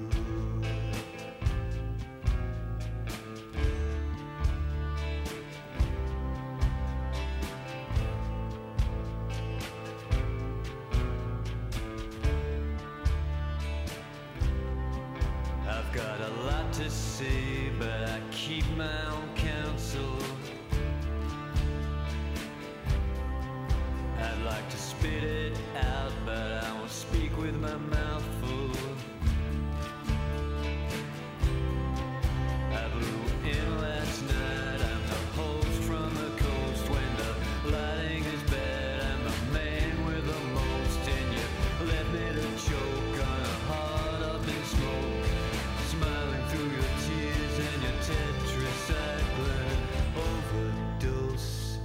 I've got a lot to say, but I keep my own counsel. I'd like to spit it out, but I won't speak with my mouth full. I blew in last night, I'm the host from the coast. When the lighting is bad, I'm the man with the most. And you left me to choke on a heart up in smoke, smiling through your tears and your tetracycline overdose.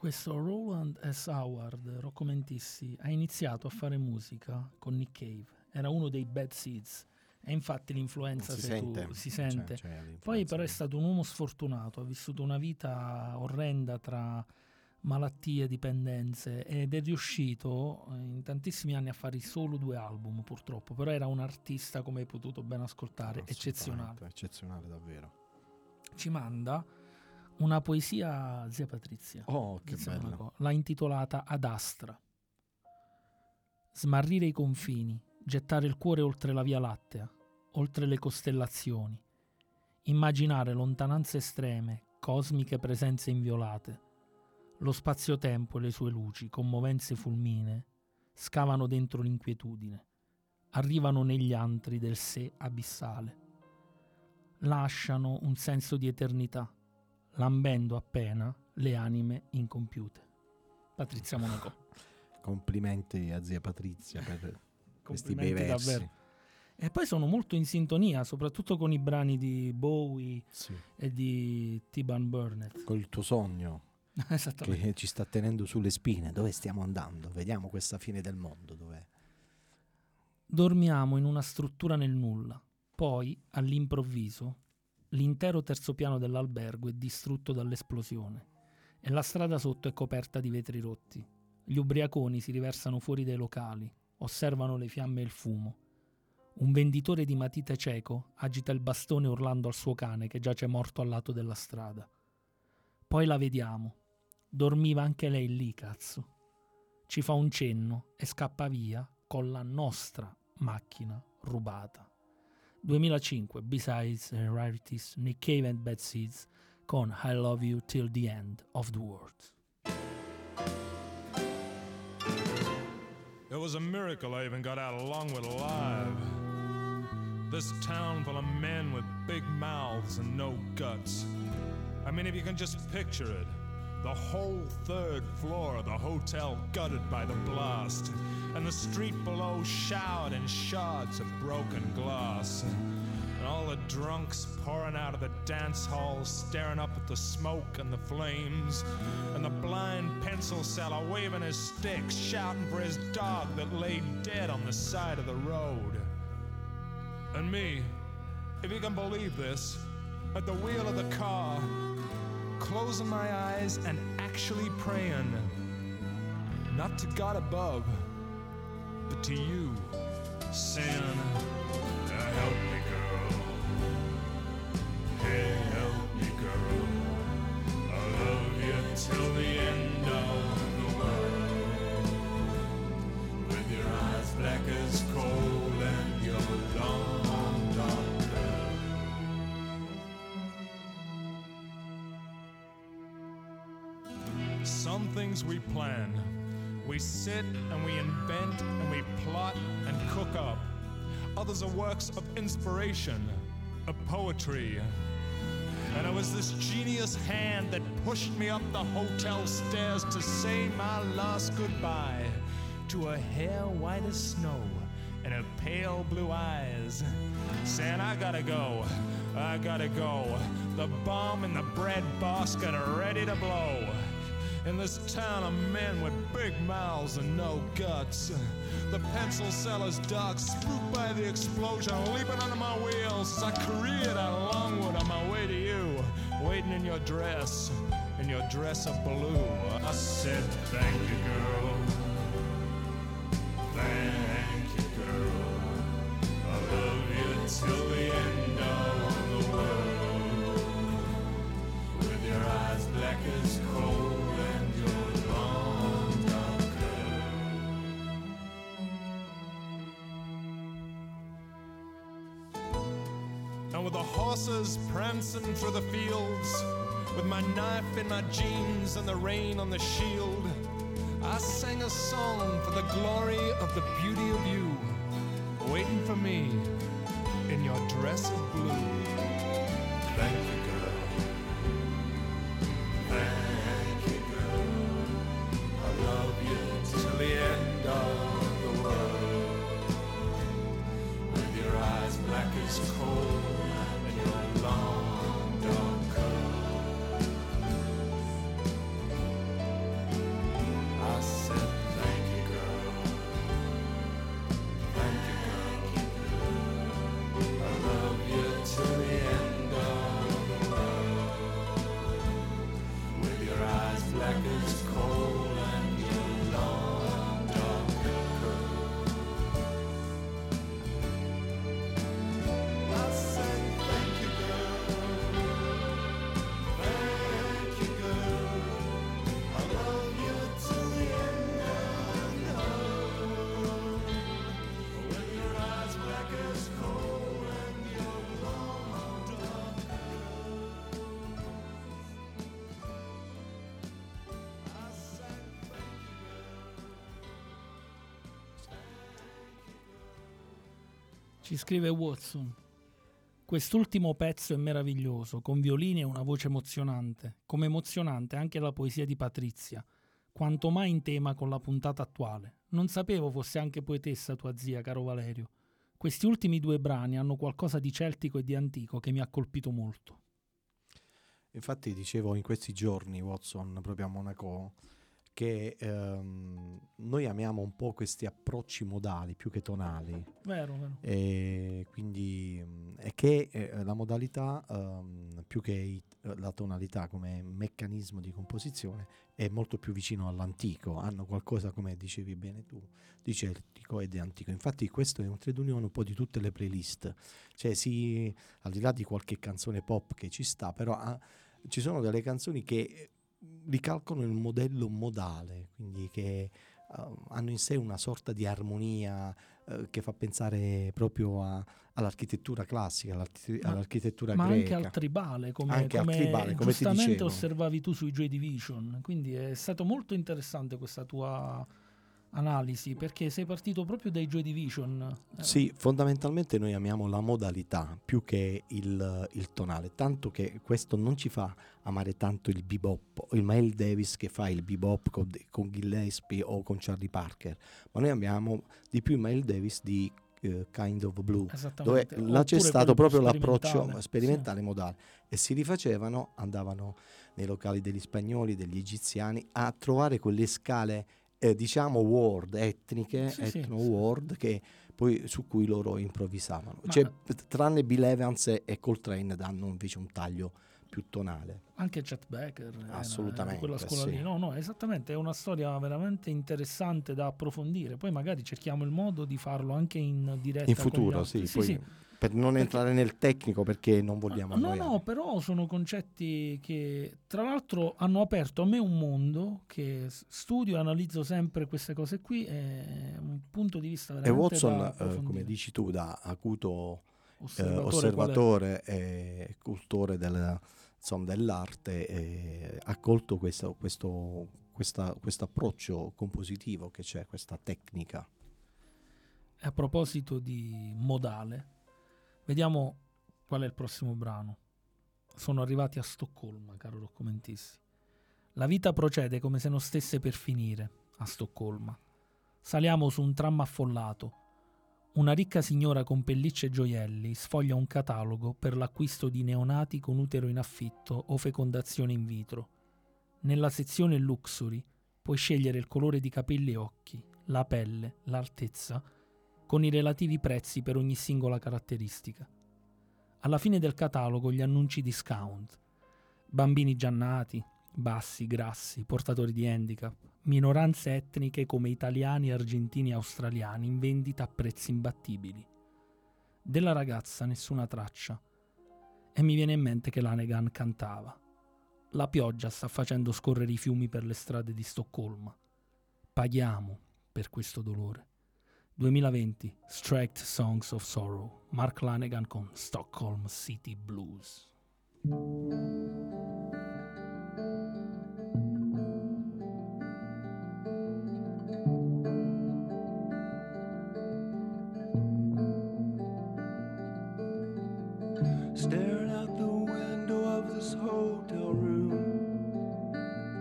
Questo Roland S. Howard, Roccomentissi, ha iniziato a fare musica con Nick Cave. Era uno dei Bad Seeds. E infatti l'influenza si sente. Poi però è stato un uomo sfortunato, ha vissuto una vita orrenda tra malattie, dipendenze, ed è riuscito in tantissimi anni a fare solo 2 album, purtroppo. Però era un artista, come hai potuto ben ascoltare, eccezionale. Eccezionale davvero. Ci manda una poesia, zia Patrizia. Oh, che bello. L'ha intitolata Ad Astra. Smarrire i confini, gettare il cuore oltre la Via Lattea, oltre le costellazioni, immaginare lontananze estreme, cosmiche presenze inviolate. Lo spazio-tempo e le sue luci, commovenze fulminee, scavano dentro l'inquietudine, arrivano negli antri del sé abissale, lasciano un senso di eternità, lambendo appena le anime incompiute. Patrizia Monaco. Complimenti a zia Patrizia per questi bei versi. Davvero. E poi sono molto in sintonia, soprattutto con i brani di Bowie e di T-Bone Burnett. Col tuo sogno. Esattamente. Che ci sta tenendo sulle spine. Dove stiamo andando? Vediamo questa fine del mondo. Dov'è? Dormiamo in una struttura nel nulla. Poi, all'improvviso, l'intero terzo piano dell'albergo è distrutto dall'esplosione e la strada sotto è coperta di vetri rotti. Gli ubriaconi si riversano fuori dai locali, osservano le fiamme e il fumo. Un venditore di matite cieco agita il bastone urlando al suo cane che giace morto al lato della strada. Poi la vediamo. Dormiva anche lei lì, cazzo. Ci fa un cenno e scappa via con la nostra macchina rubata. 2005, Besides Rarities, Nick Cave and Bad Seeds con I Love You Till the End of the World. It was a miracle I even got out of Longwood alive. This town full of men with big mouths and no guts. I mean, if you can just picture it, the whole 3rd floor of the hotel gutted by the blast, and the street below showered in shards of broken glass, and all the drunks pouring out of the dance halls, staring up at the smoke and the flames, and the blind pencil seller waving his stick, shouting for his dog that lay dead on the side of the road. And me, if you can believe this, at the wheel of the car, closing my eyes and actually praying, not to God above, but to you, saying, help me, girl. Hey, help me, girl. I'll love you till the end of the world. With your eyes black as coal and your long dark hair. Some things we plan. We sit and we invent and we plot and cook up. Others are works of inspiration, of poetry. And it was this genius hand that pushed me up the hotel stairs to say my last goodbye to a hair white as snow and her pale blue eyes, saying, I gotta go, I gotta go. The bomb in the bread basket are ready to blow. In this town of men with big mouths and no guts, the pencil seller's dog spooked by the explosion, leaping under my wheels as I careered out of Longwood on my way to you, waiting in your dress of blue. I said, thank you, girl. Thank you, girl. I love you till the end of the world. With your eyes black as coal. And with the horses prancing through the fields, with my knife in my jeans and the rain on the shield, I sang a song for the glory of the beauty of you, waiting for me in your dress of blue. Thank you, girl. Thank you, girl. I love you till the end of the world. With your eyes black as coal. Long dark curl. Ci scrive Watson. Quest'ultimo pezzo è meraviglioso, con violini e una voce emozionante. Come emozionante anche la poesia di Patrizia, quanto mai in tema con la puntata attuale. Non sapevo fosse anche poetessa tua zia, caro Valerio. Questi ultimi 2 brani hanno qualcosa di celtico e di antico che mi ha colpito molto. Infatti dicevo in questi giorni, Watson, proprio a Monaco, che noi amiamo un po' questi approcci modali più che tonali. Vero. E quindi è che la modalità più che la tonalità come meccanismo di composizione è molto più vicino all'antico, hanno qualcosa, come dicevi bene tu, di celtico e di antico. Infatti questo è un trade union un po' di tutte le playlist, cioè al di là di qualche canzone pop che ci sta, però ci sono delle canzoni che ricalcano il modello modale, quindi che hanno in sé una sorta di armonia che fa pensare proprio all'architettura classica, all'architettura ma greca. anche al tribale, come Anche al tribale, come ti giustamente dicevo. osservavi tu sui Joy Division. Quindi è stato molto interessante questa tua analisi, perché sei partito proprio dai Joy Division. Sì, fondamentalmente noi amiamo la modalità più che il tonale, tanto che questo non ci fa amare tanto il bebop, il Miles Davis che fa il bebop con Gillespie o con Charlie Parker, ma noi amiamo di più il Miles Davis di Kind of Blue, dove Esattamente. là c'è Oppure stato quello proprio più l'approccio sperimentale sì. modale, e si rifacevano, andavano nei locali degli spagnoli, degli egiziani a trovare quelle scale diciamo word etniche, Sì. word che poi su cui loro improvvisavano. Ma- Cioè, tranne Bill Evans e Coltrane danno invece un taglio più tonale. Anche Chet Baker Assolutamente, quella scuola sì. lì. No, esattamente, è una storia veramente interessante da approfondire. Poi magari cerchiamo il modo di farlo anche in diretta In con gli futuro, altri. sì, poi per non entrare nel tecnico, perché non vogliamo No, annoiare. no, però sono concetti che tra l'altro hanno aperto a me un mondo che studio e analizzo sempre queste cose qui, è un punto di vista E veramente da Watson, approfondire. come dici tu, da acuto Osservatore osservatore e cultore dell'arte, ha colto questo approccio compositivo che c'è, questa tecnica. E a proposito di modale, vediamo qual è il prossimo brano. Sono arrivati a Stoccolma, caro Roccomentissi. La vita procede come se non stesse per finire a Stoccolma. Saliamo su un tram affollato. Una ricca signora con pellicce e gioielli sfoglia un catalogo per l'acquisto di neonati con utero in affitto o fecondazione in vitro. Nella sezione Luxury puoi scegliere il colore di capelli e occhi, la pelle, l'altezza, con i relativi prezzi per ogni singola caratteristica. Alla fine del catalogo gli annunci discount. Bambini già nati, bassi, grassi, portatori di handicap, minoranze etniche come italiani, argentini e australiani in vendita a prezzi imbattibili. Della ragazza nessuna traccia. E mi viene in mente che Lanegan cantava. La pioggia sta facendo scorrere i fiumi per le strade di Stoccolma. Paghiamo per questo dolore. 2020, Straight Songs of Sorrow, Mark Lanegan con Stockholm City Blues. Staring out the window of this hotel room,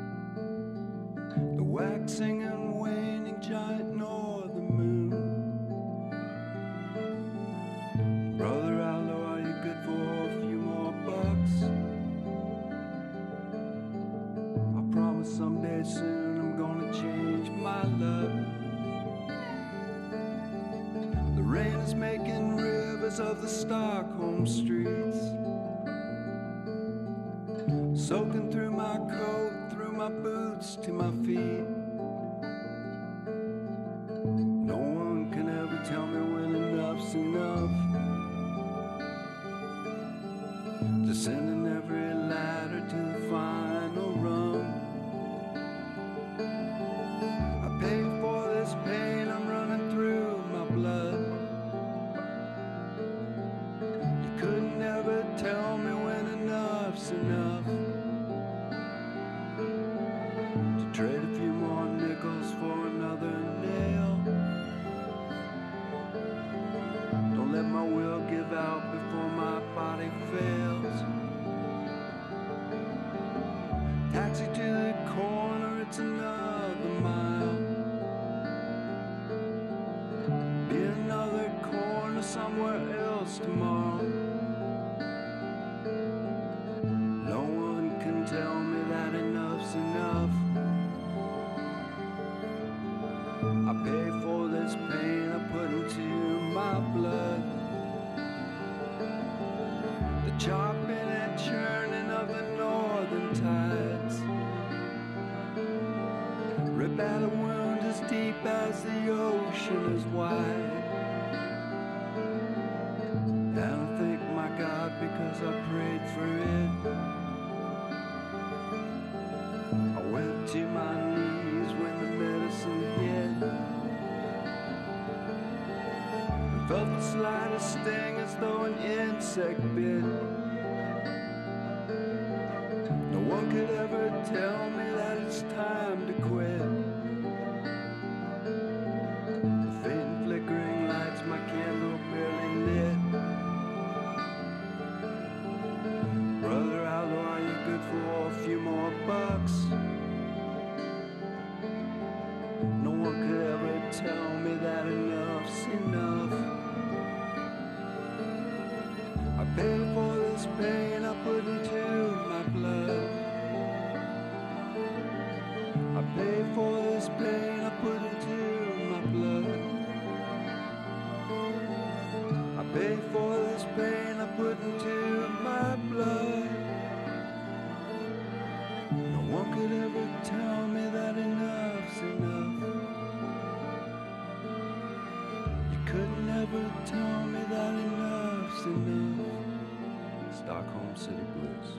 the waxing and waning giant northern moon. Brother Aldo, are you good for a few more bucks? I promise someday soon I'm gonna change my luck. The rain is making rivers of the Stockholm streets, soaking through my coat, through my boots to my feet. No one can ever tell me when enough's enough. Descending every ladder to the final rung. I pay for this pain I'm running through my blood. You could never tell me when enough's enough. To trade a few more nickels for another nail. Don't let my somewhere else tomorrow. No one can tell me that enough's enough. I pay for this pain I put into my blood. The chopping and churning of the northern tides rip at a wound as deep as the ocean is wide. And I thank my God because I prayed for it. I went to my knees when the medicine hit, and felt the slightest sting as though an insect bit. No one could ever tell me that it's time to quit. The faint flickering lights my candle barely lit. Brother Outlaw, are you good for a few more bucks? No one could ever tell me that enough's enough. I pay for this pain I put into my blood. I pay for this pain I put into my blood. I pay for this pain I put into my blood. No one could ever tell me that enough's enough. You could never tell me that enough's enough. Stockholm City Blues.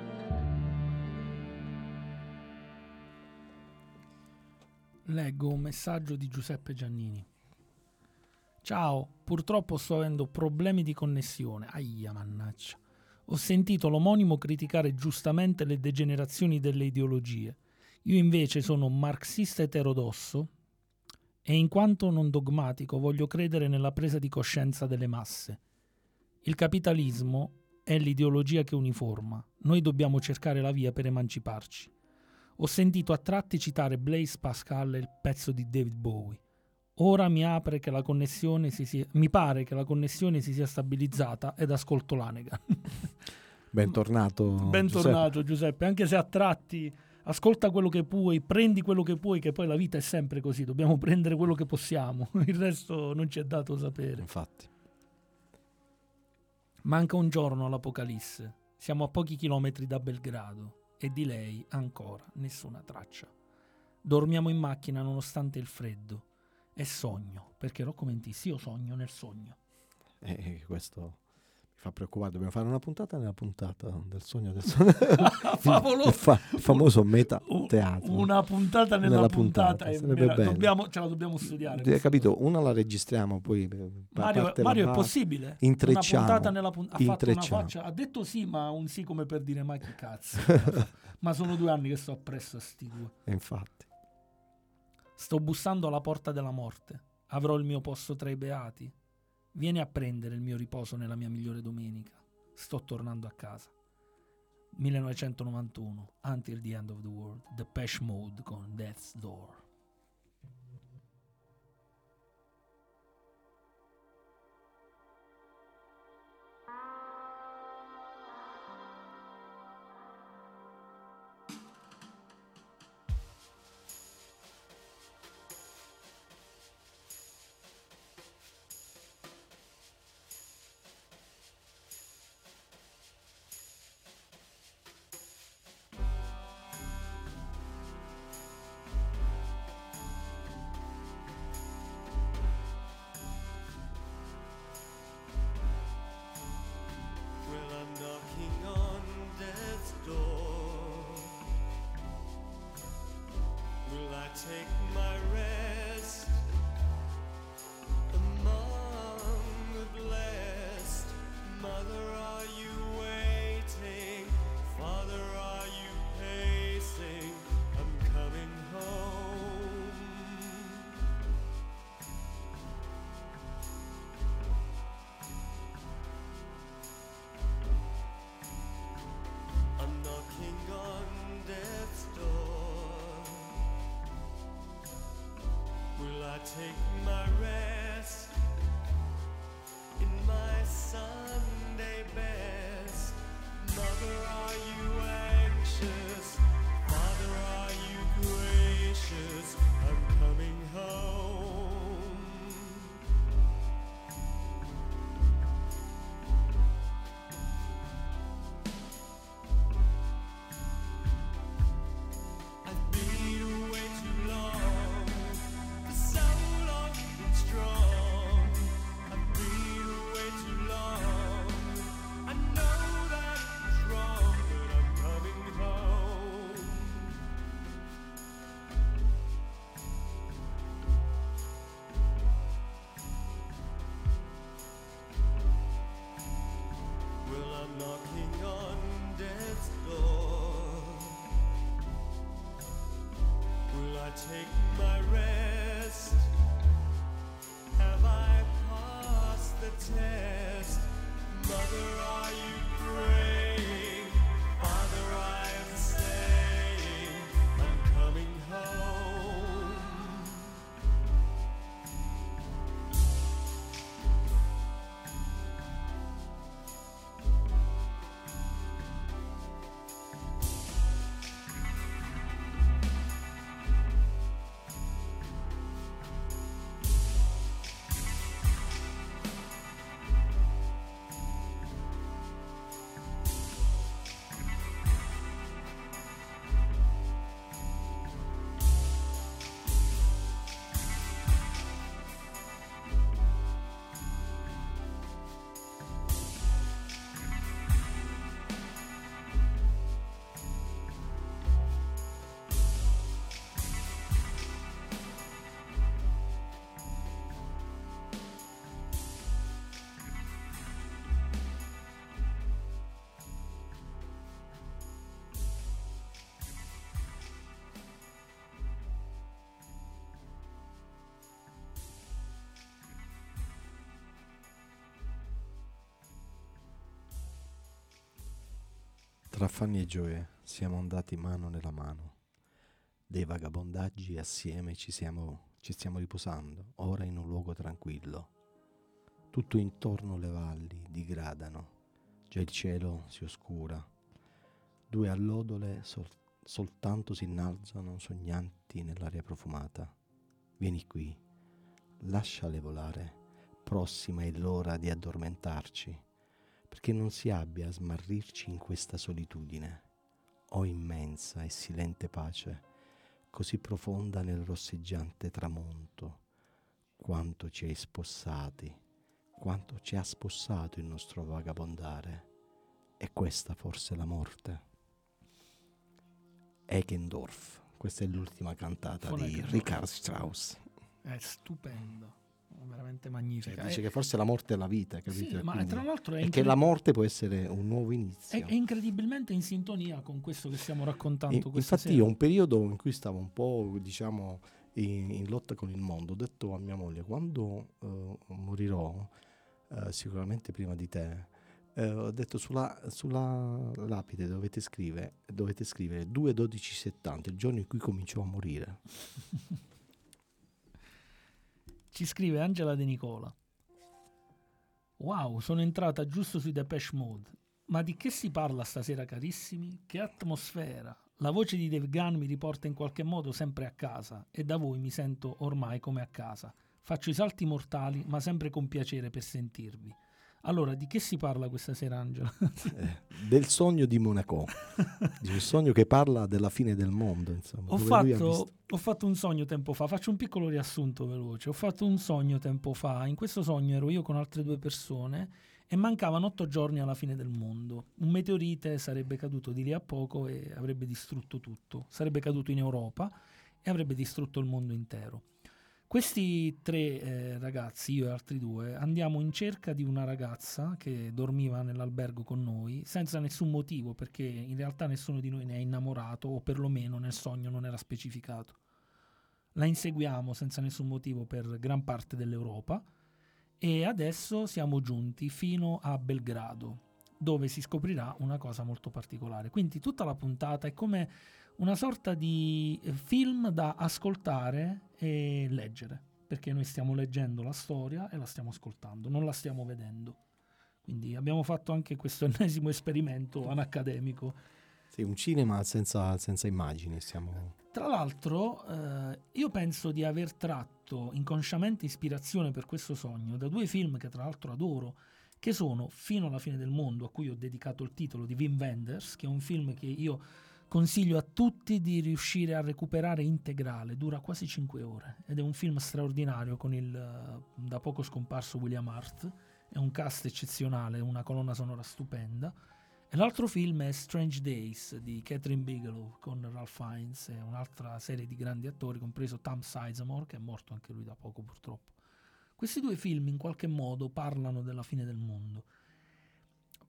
Leggo un messaggio di Giuseppe Giannini. Ciao, purtroppo sto avendo problemi di connessione. Aia, mannaggia. Ho sentito l'omonimo criticare giustamente le degenerazioni delle ideologie. Io invece sono marxista eterodosso e in quanto non dogmatico voglio credere nella presa di coscienza delle masse. Il capitalismo è l'ideologia che uniforma. Noi dobbiamo cercare la via per emanciparci. Ho sentito a tratti citare Blaise Pascal e il pezzo di David Bowie. Ora mi pare che la connessione si sia stabilizzata ed ascolto l'Anegan. Bentornato. Bentornato Giuseppe, anche se a tratti ascolta quello che puoi, prendi quello che puoi, che poi la vita è sempre così, dobbiamo prendere quello che possiamo, il resto non ci è dato sapere. Infatti. Manca un giorno all'Apocalisse, siamo a pochi chilometri da Belgrado e di lei ancora nessuna traccia. Dormiamo in macchina nonostante il freddo e sogno, perché Rocco Mentissi, io sogno nel sogno. Questo mi fa preoccupare, dobbiamo fare una puntata nella puntata del sogno del sogno. il famoso meta teatro. Una puntata nella puntata ce la dobbiamo studiare. Hai capito? Una la registriamo, poi Mario è possibile? Intrecciamo. Una puntata nella puntata. Ha fatto una faccia, ha detto sì, ma un sì come per dire ma che cazzo. Ma sono 2 anni che sto appresso a sti due. Infatti. Sto bussando alla porta della morte. Avrò il mio posto tra i beati. Vieni a prendere il mio riposo nella mia migliore domenica. Sto tornando a casa. 1991, Until the End of the World, Depeche Mode con Death's Door. Take my rest among the blessed. Mother, are you waiting? Father, are you pacing? I'm coming home. I'm knocking on death's door. Will I take my rest in my I'm knocking on death's door. Will I take my rest? Have I passed the test? Mother, are you praying? Father, I am saying, I'm coming home. Tra affanni e gioie siamo andati mano nella mano. Dei vagabondaggi assieme ci stiamo riposando, ora in un luogo tranquillo. Tutto intorno le valli digradano, già il cielo si oscura. Due allodole soltanto si innalzano sognanti nell'aria profumata. Vieni qui, lasciale volare, prossima è l'ora di addormentarci, perché non si abbia a smarrirci in questa solitudine, o immensa e silente pace, così profonda nel rosseggiante tramonto. Quanto ci hai spossati, quanto ci ha spossato il nostro vagabondare. È questa forse la morte? Eckendorf, questa è l'ultima cantata Von di Eckendorf. Richard Strauss. È stupendo, veramente magnifica. Dice che forse la morte è la vita, capito? Sì, ma Quindi- tra l'altro è e che la morte può essere un nuovo inizio. è incredibilmente in sintonia con questo che stiamo raccontando questa Infatti sera. io un periodo in cui stavo un po', diciamo, in lotta con il mondo, ho detto a mia moglie, quando morirò, sicuramente prima di te, ho detto sulla lapide dovete scrivere 2/12/70, il giorno in cui cominciò a morire. Ci scrive Angela De Nicola. Wow, sono entrata giusto sui Depeche Mode. Ma di che si parla stasera, carissimi? Che atmosfera! La voce di Dave Gunn mi riporta in qualche modo sempre a casa e da voi mi sento ormai come a casa. Faccio i salti mortali, ma sempre con piacere per sentirvi. Allora, di che si parla questa sera, Angela? Del sogno di Monaco, di un sogno che parla della fine del mondo, insomma. Ho dove lui ha visto- fatto un sogno tempo fa, faccio un piccolo riassunto veloce. Ho fatto un sogno tempo fa, in questo sogno ero io con altre 2 persone e mancavano 8 giorni alla fine del mondo. Un meteorite sarebbe caduto di lì a poco e avrebbe distrutto tutto. Sarebbe caduto in Europa e avrebbe distrutto il mondo intero. Questi 3 ragazzi, io e altri 2, andiamo in cerca di una ragazza che dormiva nell'albergo con noi senza nessun motivo, perché in realtà nessuno di noi ne è innamorato, o perlomeno nel sogno non era specificato. La inseguiamo senza nessun motivo per gran parte dell'Europa e adesso siamo giunti fino a Belgrado, dove si scoprirà una cosa molto particolare. Quindi tutta la puntata è come una sorta di film da ascoltare e leggere, perché noi stiamo leggendo la storia e la stiamo ascoltando, non la stiamo vedendo. Quindi abbiamo fatto anche questo ennesimo esperimento anacademico. Sì, un cinema senza immagini. Tra l'altro, io penso di aver tratto inconsciamente ispirazione per questo sogno da 2 film che tra l'altro adoro, che sono Fino alla fine del mondo, a cui ho dedicato il titolo, di Wim Wenders, che è un film che io consiglio a tutti di riuscire a recuperare integrale, dura quasi 5 ore ed è un film straordinario con il da poco scomparso William Hurt, è un cast eccezionale, una colonna sonora stupenda. E l'altro film è Strange Days di Catherine Bigelow con Ralph Fiennes e un'altra serie di grandi attori, compreso Tom Sizemore, che è morto anche lui da poco purtroppo. Questi 2 film in qualche modo parlano della fine del mondo.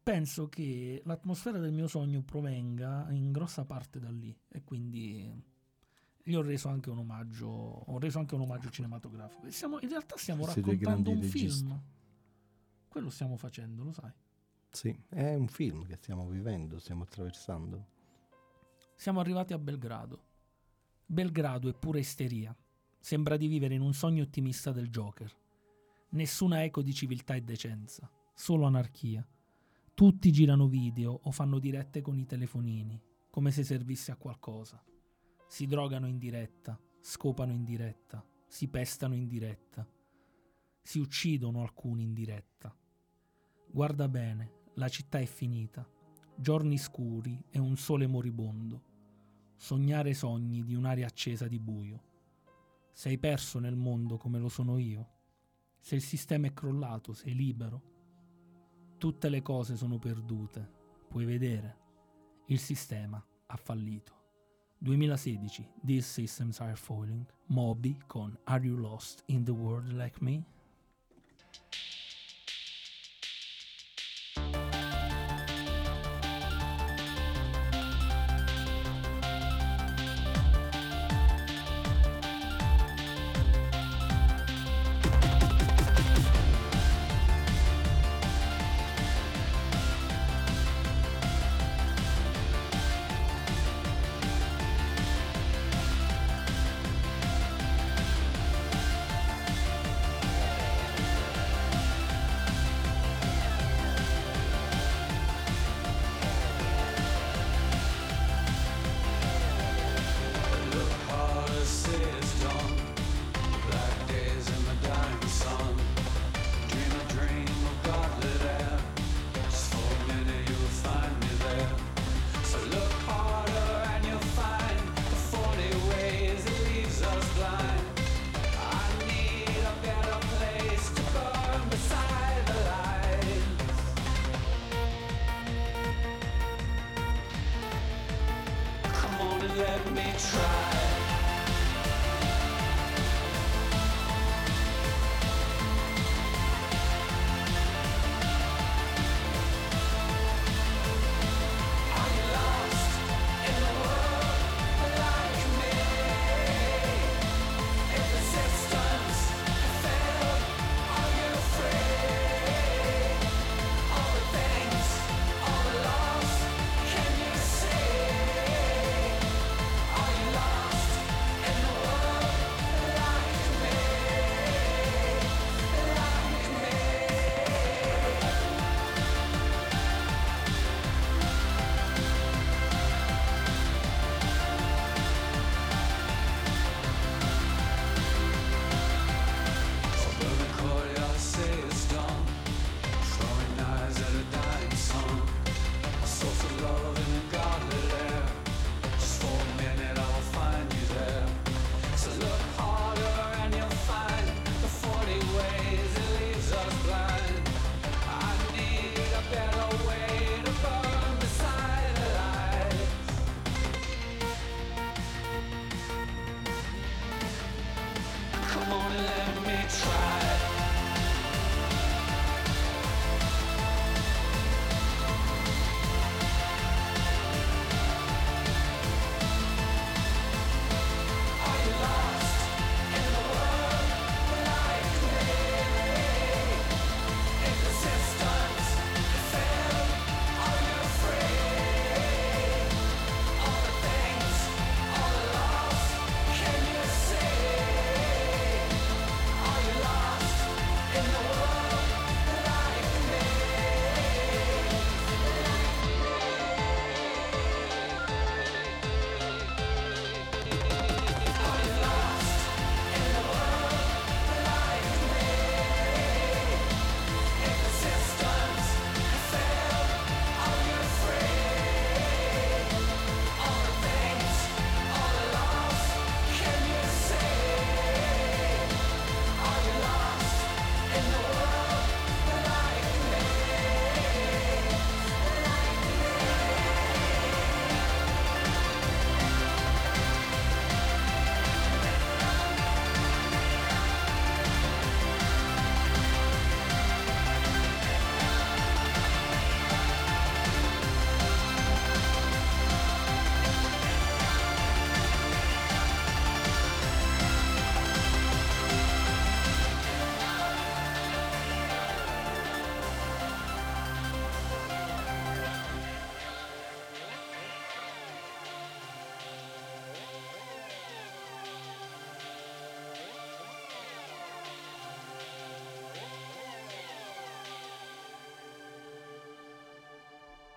penso che l'atmosfera del mio sogno provenga in grossa parte da lì, e quindi gli ho reso anche un omaggio, cinematografico. In realtà stiamo Siete dei raccontando grandi un registi. film. Quello stiamo facendo, lo sai. Sì, è un film che stiamo vivendo, stiamo attraversando. Siamo arrivati a Belgrado. Belgrado è pura isteria. Sembra di vivere in un sogno ottimista del Joker. Nessuna eco di civiltà e decenza, solo anarchia. Tutti girano video o fanno dirette con i telefonini, come se servisse a qualcosa. Si drogano in diretta, scopano in diretta, si pestano in diretta, si uccidono alcuni in diretta. Guarda bene, la città è finita, giorni scuri e un sole moribondo. Sognare sogni di un'aria accesa di buio. Sei perso nel mondo come lo sono io. Se il sistema è crollato, sei libero. Tutte le cose sono perdute. Puoi vedere. Il sistema ha fallito. 2016, These Systems Are Falling. Moby con Are You Lost in the World Like Me? Are you lost?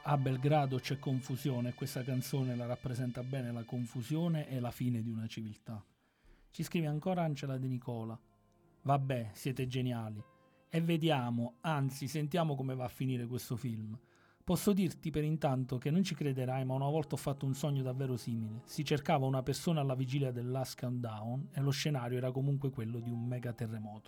A Belgrado c'è confusione e questa canzone la rappresenta bene, la confusione e la fine di una civiltà. Ci scrive ancora Angela De Nicola. Vabbè, siete geniali. E vediamo, anzi sentiamo come va a finire questo film. Posso dirti per intanto che non ci crederai, ma una volta ho fatto un sogno davvero simile. Si cercava una persona alla vigilia del Last Countdown e lo scenario era comunque quello di un mega terremoto.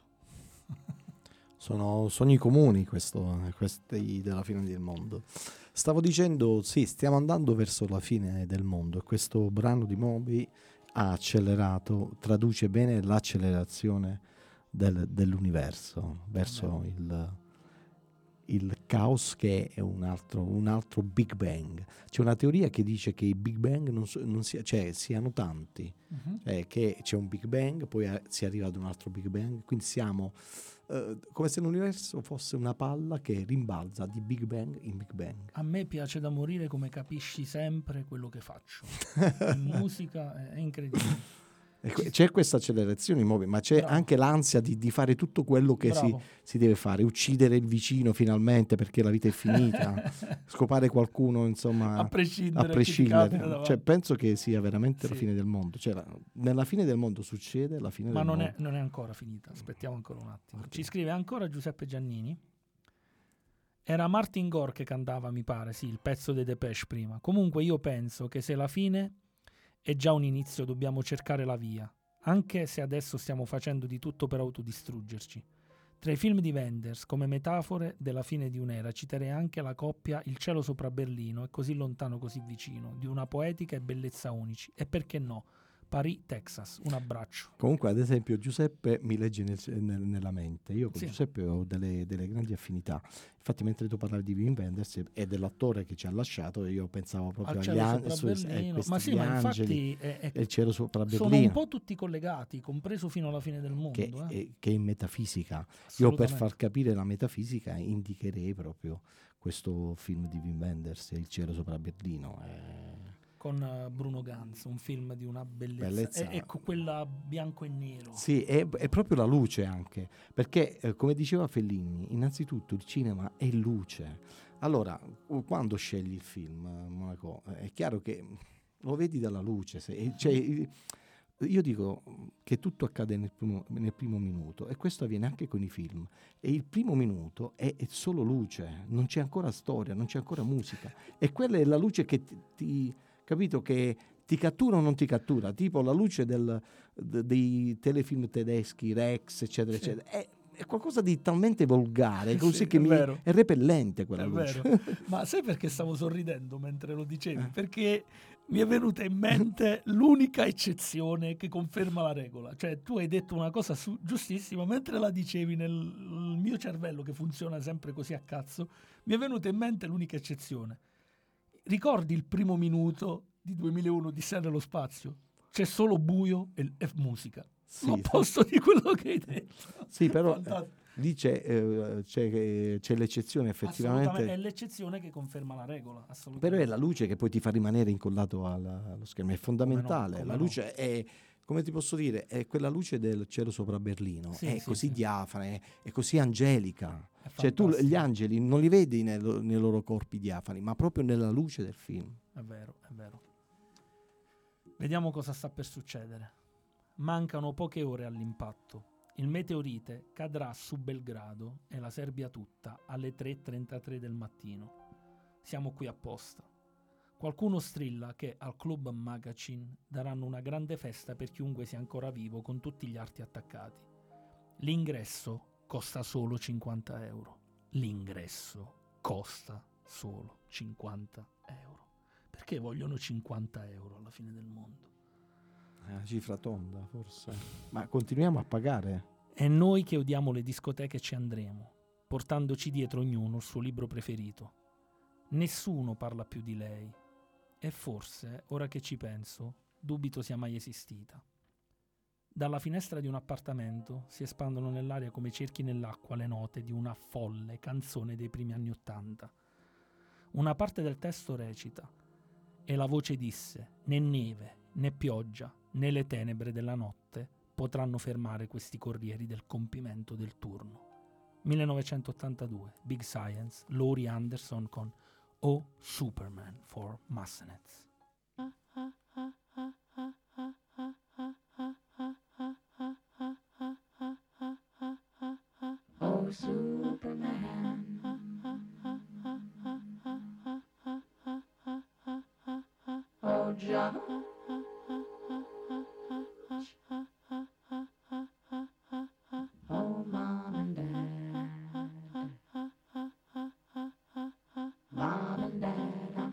Sono sogni comuni questi della fine del mondo. Stavo dicendo, sì, stiamo andando verso la fine del mondo e questo brano di Moby ha accelerato, traduce bene l'accelerazione dell'universo verso il caos, che è un altro Big Bang. C'è una teoria che dice che i Big Bang siano tanti, che c'è un Big Bang, poi si arriva ad un altro Big Bang, quindi siamo come se l'universo fosse una palla che rimbalza di Big Bang in Big Bang. A me piace da morire come capisci sempre quello che faccio. In musica è incredibile. C'è questa accelerazione in Moby, ma c'è anche l'ansia di fare tutto quello che si deve fare, uccidere il vicino finalmente perché la vita è finita, scopare qualcuno, insomma, a prescindere. Cioè, penso che sia veramente la fine del mondo. Cioè, nella fine del mondo succede la fine del mondo. Ma non è ancora finita, aspettiamo ancora un attimo. Okay. Ci scrive ancora Giuseppe Giannini. Era Martin Gore che cantava, mi pare, sì, il pezzo dei Depeche prima. Comunque io penso che se la fine è già un inizio, dobbiamo cercare la via, anche se adesso stiamo facendo di tutto per autodistruggerci. Tra i film di Wenders, come metafore della fine di un'era, citerei anche la coppia Il cielo sopra Berlino e Così lontano così vicino, di una poetica e bellezza unici. E perché no? Paris, Texas. Un abbraccio. Comunque, ad esempio, Giuseppe mi legge nella mente. Io con Giuseppe ho delle grandi affinità. Infatti, mentre tu parlavi di Wim Wenders e dell'attore che ci ha lasciato, io pensavo proprio agli angeli. Ma sì, ma infatti e il cielo sopra Berlino. Sono un po' tutti collegati, compreso fino alla fine del mondo. Che è in metafisica. Io, per far capire la metafisica, indicherei proprio questo film di Wim Wenders, Il cielo sopra Berlino. Con Bruno Ganz, un film di una bellezza. Ecco, quella bianco e nero. Sì, è proprio la luce anche, perché come diceva Fellini, innanzitutto il cinema è luce. Allora, quando scegli il film, Monaco, è chiaro che lo vedi dalla luce. Io dico che tutto accade nel primo minuto, e questo avviene anche con i film. E il primo minuto è solo luce, non c'è ancora storia, non c'è ancora musica. E quella è la luce che ti capito, che ti cattura o non ti cattura, tipo la luce dei telefilm tedeschi, Rex, eccetera, eccetera. È qualcosa di talmente volgare, così che è repellente quella luce. Vero. Ma sai perché stavo sorridendo mentre lo dicevi? Perché mi è venuta in mente l'unica eccezione che conferma la regola. Cioè, tu hai detto una cosa giustissima, mentre la dicevi nel mio cervello, che funziona sempre così a cazzo, mi è venuta in mente l'unica eccezione. Ricordi il primo minuto di 2001 di Odissea nello spazio? C'è solo buio e musica. Sì, l'opposto di quello che hai detto. Sì, però lì c'è l'eccezione, effettivamente. È l'eccezione che conferma la regola, assolutamente. Però è la luce che poi ti fa rimanere incollato allo schermo, è fondamentale. La luce è, come ti posso dire, è quella luce del cielo sopra Berlino, è così diafana, è così angelica. Cioè tu gli angeli non li vedi nei loro corpi diafani, ma proprio nella luce del film. È vero. Vediamo cosa sta per succedere. Mancano poche ore all'impatto. Il meteorite cadrà su Belgrado e la Serbia tutta alle 3:33 del mattino. Siamo qui apposta. Qualcuno strilla che al Club Magazine daranno una grande festa per chiunque sia ancora vivo, con tutti gli arti attaccati. L'ingresso costa solo 50 euro. L'ingresso costa solo 50 euro. Perché vogliono 50 euro alla fine del mondo? È una cifra tonda, forse. Ma continuiamo a pagare. E noi che odiamo le discoteche ci andremo, portandoci dietro ognuno il suo libro preferito. Nessuno parla più di lei. E forse, ora che ci penso, dubito sia mai esistita. Dalla finestra di un appartamento si espandono nell'aria come cerchi nell'acqua le note di una folle canzone dei primi anni '80. Una parte del testo recita: e la voce disse: né neve, né pioggia, né le tenebre della notte potranno fermare questi corrieri del compimento del turno. 1982, Big Science, Laurie Anderson con o Superman for Massenets. Oh, Superman. Oh, John. Oh, Mom and Dad. Mom and Dad.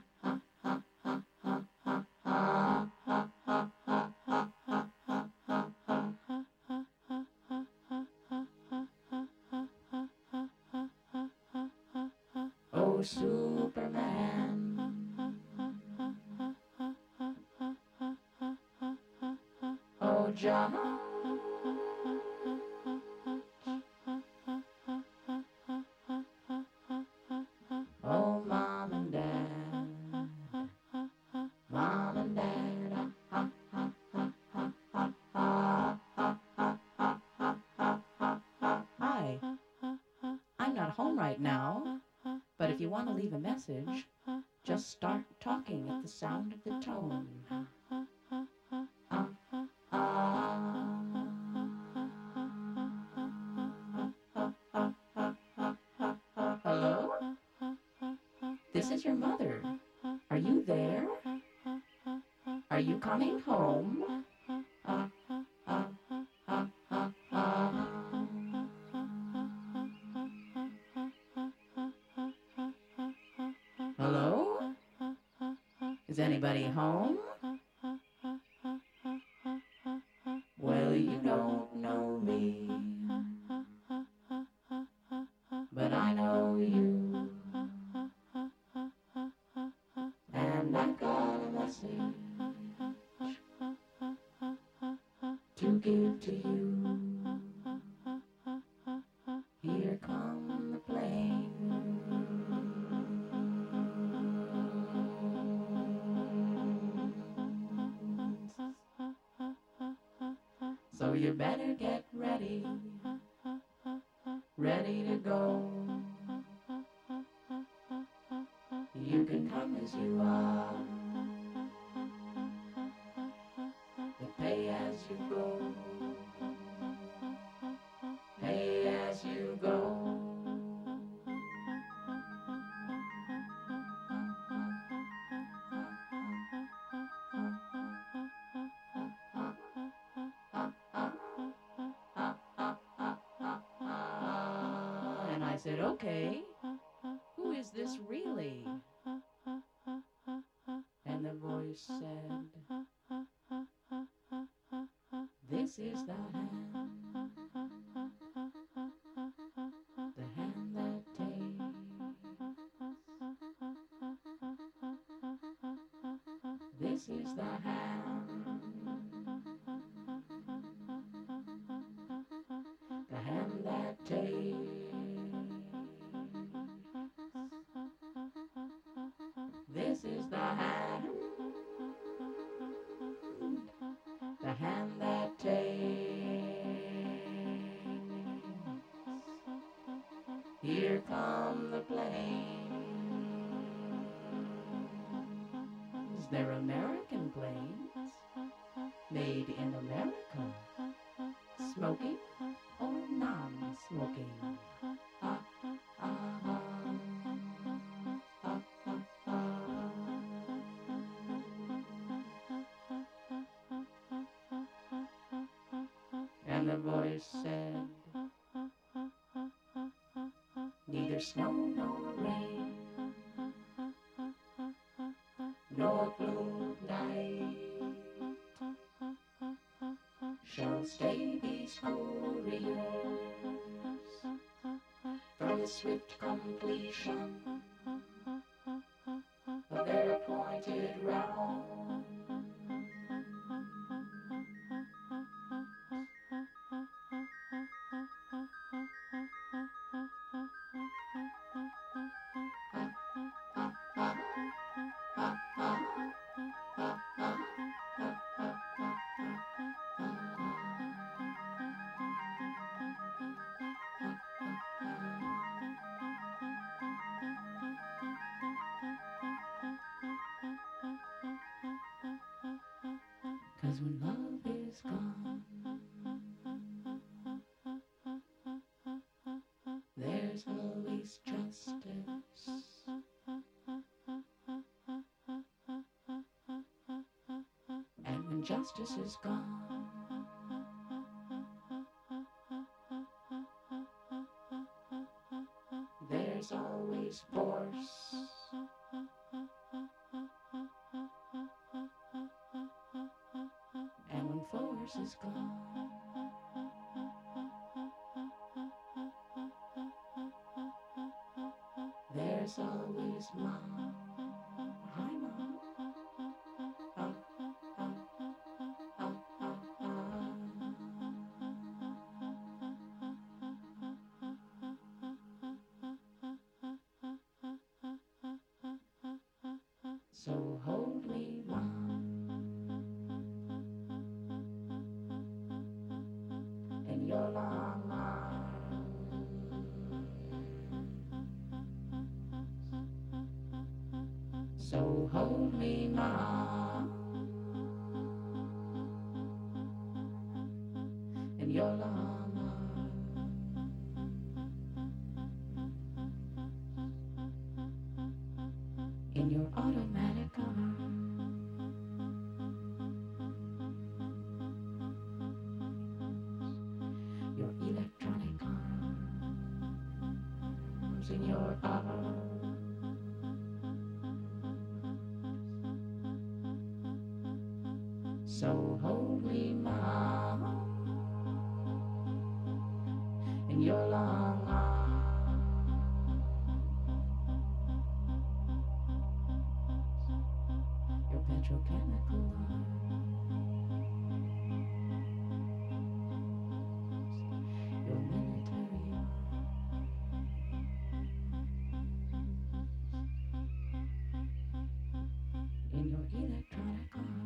Oh, Superman. Oh, John. Oh, Mom and Dad. Mom and Dad. Hi. I'm not home right now, but if you want to leave a message, just start talking at the sound of the tone. Hello? This is your mother. Are you there? Are you coming home? Hello? Is anybody home? Well, you don't know me, but I know you, and I've got a message to give to you. Here come the planes. So you better get ready, ready to go. You can come as you are, but pay as you go. Pay as you go. And I said, okay, who is this really? And the voice said, this is the hand that takes. This is the hand that takes. This is the hand that takes. Here come the planes. They're American planes, made in America, smoking or non-smoking. And the voice said, neither snow nor rain, nor blue night shall stay these couriers from the swift completion of their appointed round. 'Cause when love is gone, there's always justice. And when justice is gone, there's always force. And when force is gone, there's always mom. Hi, mom. So hold me, mom, in your long arms. So hold me, mom, in your long arms. In your automatic arms. Your electronic arms. In your arms. So hold me, mom, in your long arms. Your petrochemical arms. Your military arms. In your electronic arms.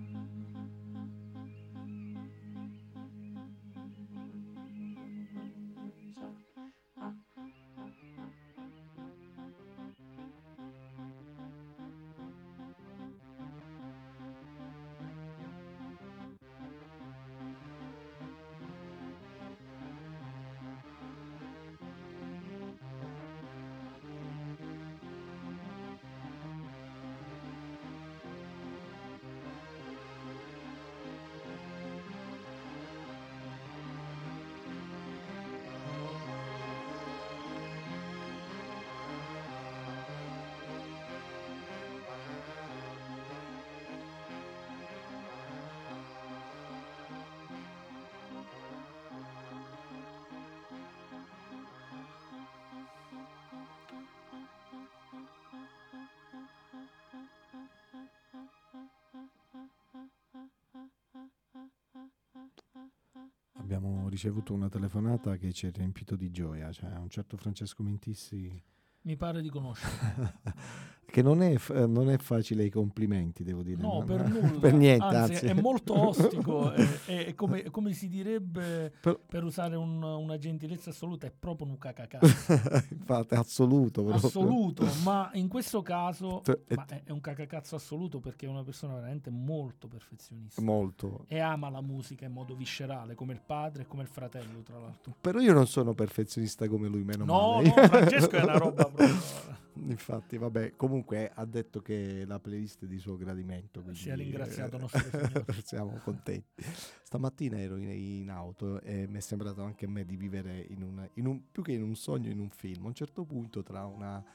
Abbiamo ricevuto una telefonata che ci ha riempito di gioia, cioè un certo Francesco Mentissi Mi pare di conoscere. che non è facile i complimenti, devo dire. No, per nulla. Per niente, anzi. È molto ostico. È come si direbbe, per usare una gentilezza assoluta, è proprio un cacacazzo. Infatti, assoluto. Proprio. Assoluto, ma in questo caso è un cacacazzo assoluto perché è una persona veramente molto perfezionista. Molto. E ama la musica in modo viscerale, come il padre e come il fratello, tra l'altro. Però io non sono perfezionista come lui, meno male. No, Francesco è una roba proprio... Infatti, vabbè, comunque ha detto che la playlist è di suo gradimento. Sia ringraziato nostro Signore. Siamo contenti. Stamattina ero in auto e mi è sembrato anche a me di vivere in un più che in un sogno, in un film. A un certo punto, tra una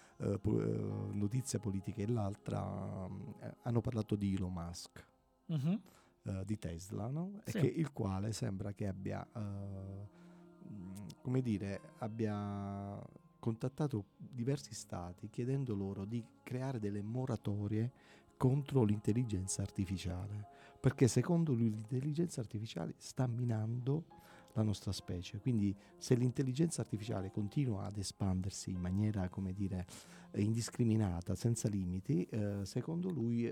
notizia politica e l'altra, hanno parlato di Elon Musk, di Tesla, no? Sì. E che il quale sembra che abbia, abbia contattato diversi stati chiedendo loro di creare delle moratorie contro l'intelligenza artificiale, perché secondo lui l'intelligenza artificiale sta minando la nostra specie. Quindi se l'intelligenza artificiale continua ad espandersi in maniera, come dire, indiscriminata, senza limiti, secondo lui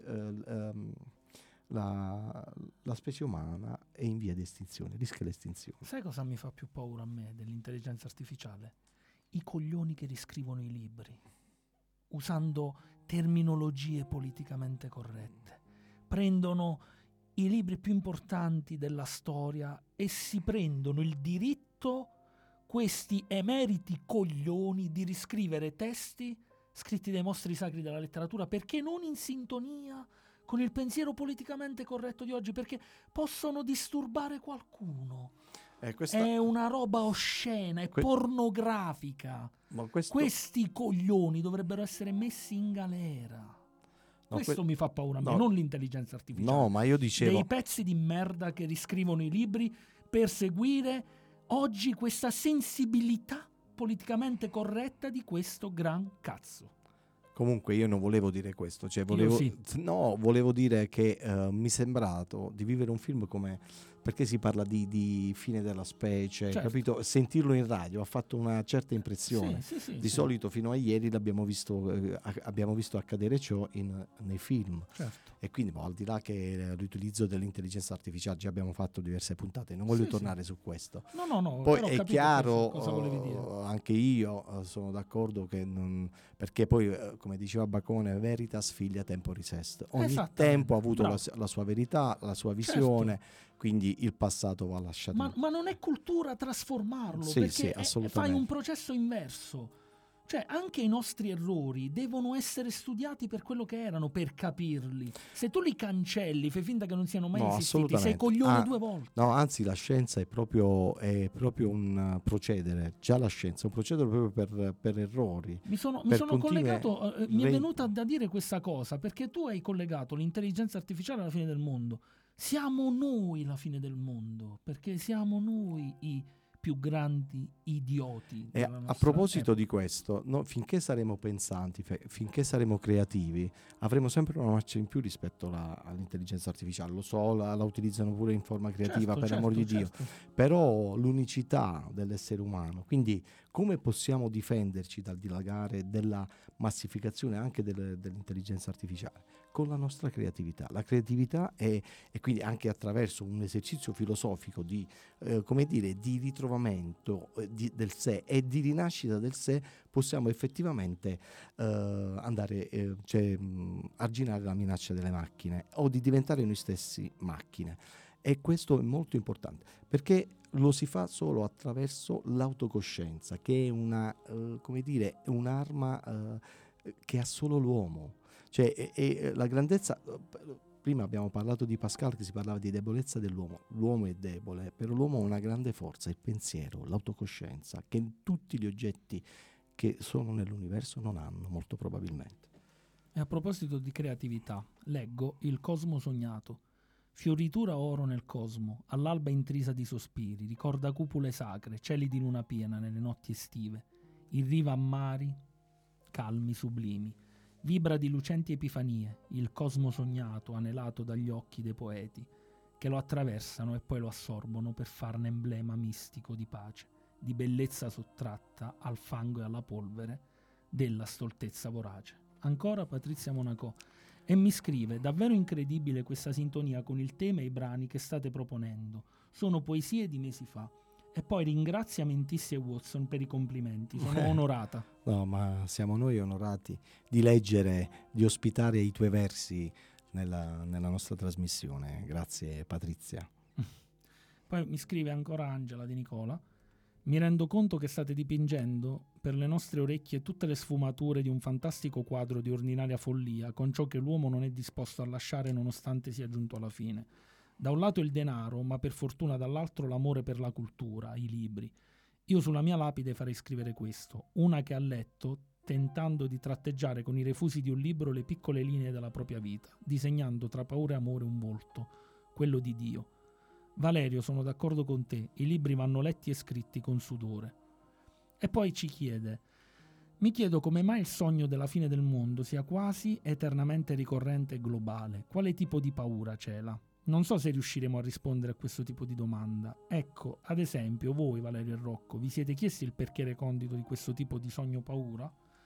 la specie umana è in via di estinzione, rischia l'estinzione. Sai cosa mi fa più paura a me dell'intelligenza artificiale? I coglioni che riscrivono i libri, usando terminologie politicamente corrette. Prendono i libri più importanti della storia e si prendono il diritto, questi emeriti coglioni, di riscrivere testi scritti dai mostri sacri della letteratura, perché non in sintonia con il pensiero politicamente corretto di oggi, perché possono disturbare qualcuno. È una roba oscena, è pornografica. Ma questo... Questi coglioni dovrebbero essere messi in galera. No, Questo mi fa paura a me, no, non l'intelligenza artificiale. No, ma io dicevo... Dei pezzi di merda che riscrivono i libri per seguire oggi questa sensibilità politicamente corretta di questo gran cazzo. Comunque io non volevo dire questo, cioè volevo, Io sì. no, volevo dire che mi è sembrato di vivere un film come, perché si parla di fine della specie, Certo. capito? Sentirlo in radio ha fatto una certa impressione. Sì, Di solito fino a ieri abbiamo visto accadere ciò nei film. Certo. E quindi al di là che l'utilizzo dell'intelligenza artificiale, già abbiamo fatto diverse puntate, non voglio tornare su questo. No, Poi però ho è capito chiaro, cosa volevi dire. anche io sono d'accordo che perché poi come diceva Bacone, veritas figlia temporis est, ogni tempo ha avuto la sua verità, la sua visione, quindi il passato va lasciato. Ma non è cultura trasformarlo, Sì, perché assolutamente. fai un processo inverso. Cioè, anche i nostri errori devono essere studiati per quello che erano, per capirli. Se tu li cancelli, fai finta che non siano mai esistiti, sei coglione due volte. No, anzi, la scienza è proprio un procedere. Già la scienza è un procedere proprio per errori. Mi sono collegato, mi è venuta da dire questa cosa, perché tu hai collegato l'intelligenza artificiale alla fine del mondo. Siamo noi la fine del mondo, perché siamo noi i più grandi idioti e della nostra a proposito epoca. di questo, finché saremo pensanti, finché saremo creativi, avremo sempre una marcia in più rispetto all'intelligenza artificiale. Lo so, la utilizzano pure in forma creativa, per amor di Dio, però l'unicità dell'essere umano, quindi come possiamo difenderci dal dilagare della massificazione anche dell'intelligenza artificiale? Con la nostra creatività. La creatività e quindi anche attraverso un esercizio filosofico di ritrovamento del sé e di rinascita del sé, possiamo effettivamente andare arginare la minaccia delle macchine o di diventare noi stessi macchine. E questo è molto importante, perché lo si fa solo attraverso l'autocoscienza, che è un'arma che ha solo l'uomo. Cioè, la grandezza, prima abbiamo parlato di Pascal, che si parlava di debolezza dell'uomo. L'uomo è debole, però l'uomo ha una grande forza, il pensiero, l'autocoscienza, che tutti gli oggetti che sono nell'universo non hanno, molto probabilmente. E a proposito di creatività, leggo Il Cosmo Sognato. Fioritura oro nel cosmo, all'alba intrisa di sospiri, ricorda cupole sacre, cieli di luna piena nelle notti estive, in riva a mari calmi sublimi. Vibra di lucenti epifanie, il cosmo sognato, anelato dagli occhi dei poeti, che lo attraversano e poi lo assorbono per farne emblema mistico di pace, di bellezza sottratta al fango e alla polvere della stoltezza vorace. Ancora Patrizia Monaco. E mi scrive: davvero incredibile questa sintonia con il tema e i brani che state proponendo. Sono poesie di mesi fa. E poi ringraziamentissimi Watson per i complimenti, sono onorata. No, ma siamo noi onorati di leggere, di ospitare i tuoi versi nella nostra trasmissione. Grazie Patrizia. Poi mi scrive ancora Angela Di Nicola: mi rendo conto che state dipingendo per le nostre orecchie tutte le sfumature di un fantastico quadro di ordinaria follia, con ciò che l'uomo non è disposto a lasciare nonostante sia giunto alla fine. Da un lato il denaro, ma per fortuna dall'altro l'amore per la cultura, i libri. Io sulla mia lapide farei scrivere questo: una che ha letto, tentando di tratteggiare con i refusi di un libro le piccole linee della propria vita, disegnando tra paura e amore un volto, quello di Dio. Valerio, sono d'accordo con te, i libri vanno letti e scritti con sudore. E poi ci chiede: mi chiedo come mai il sogno della fine del mondo sia quasi eternamente ricorrente e globale. Quale tipo di paura cela? Non so se riusciremo a rispondere a questo tipo di domanda. Ecco, ad esempio, voi, Valerio e Rocco, vi siete chiesti il perché recondito di questo tipo di sogno paura?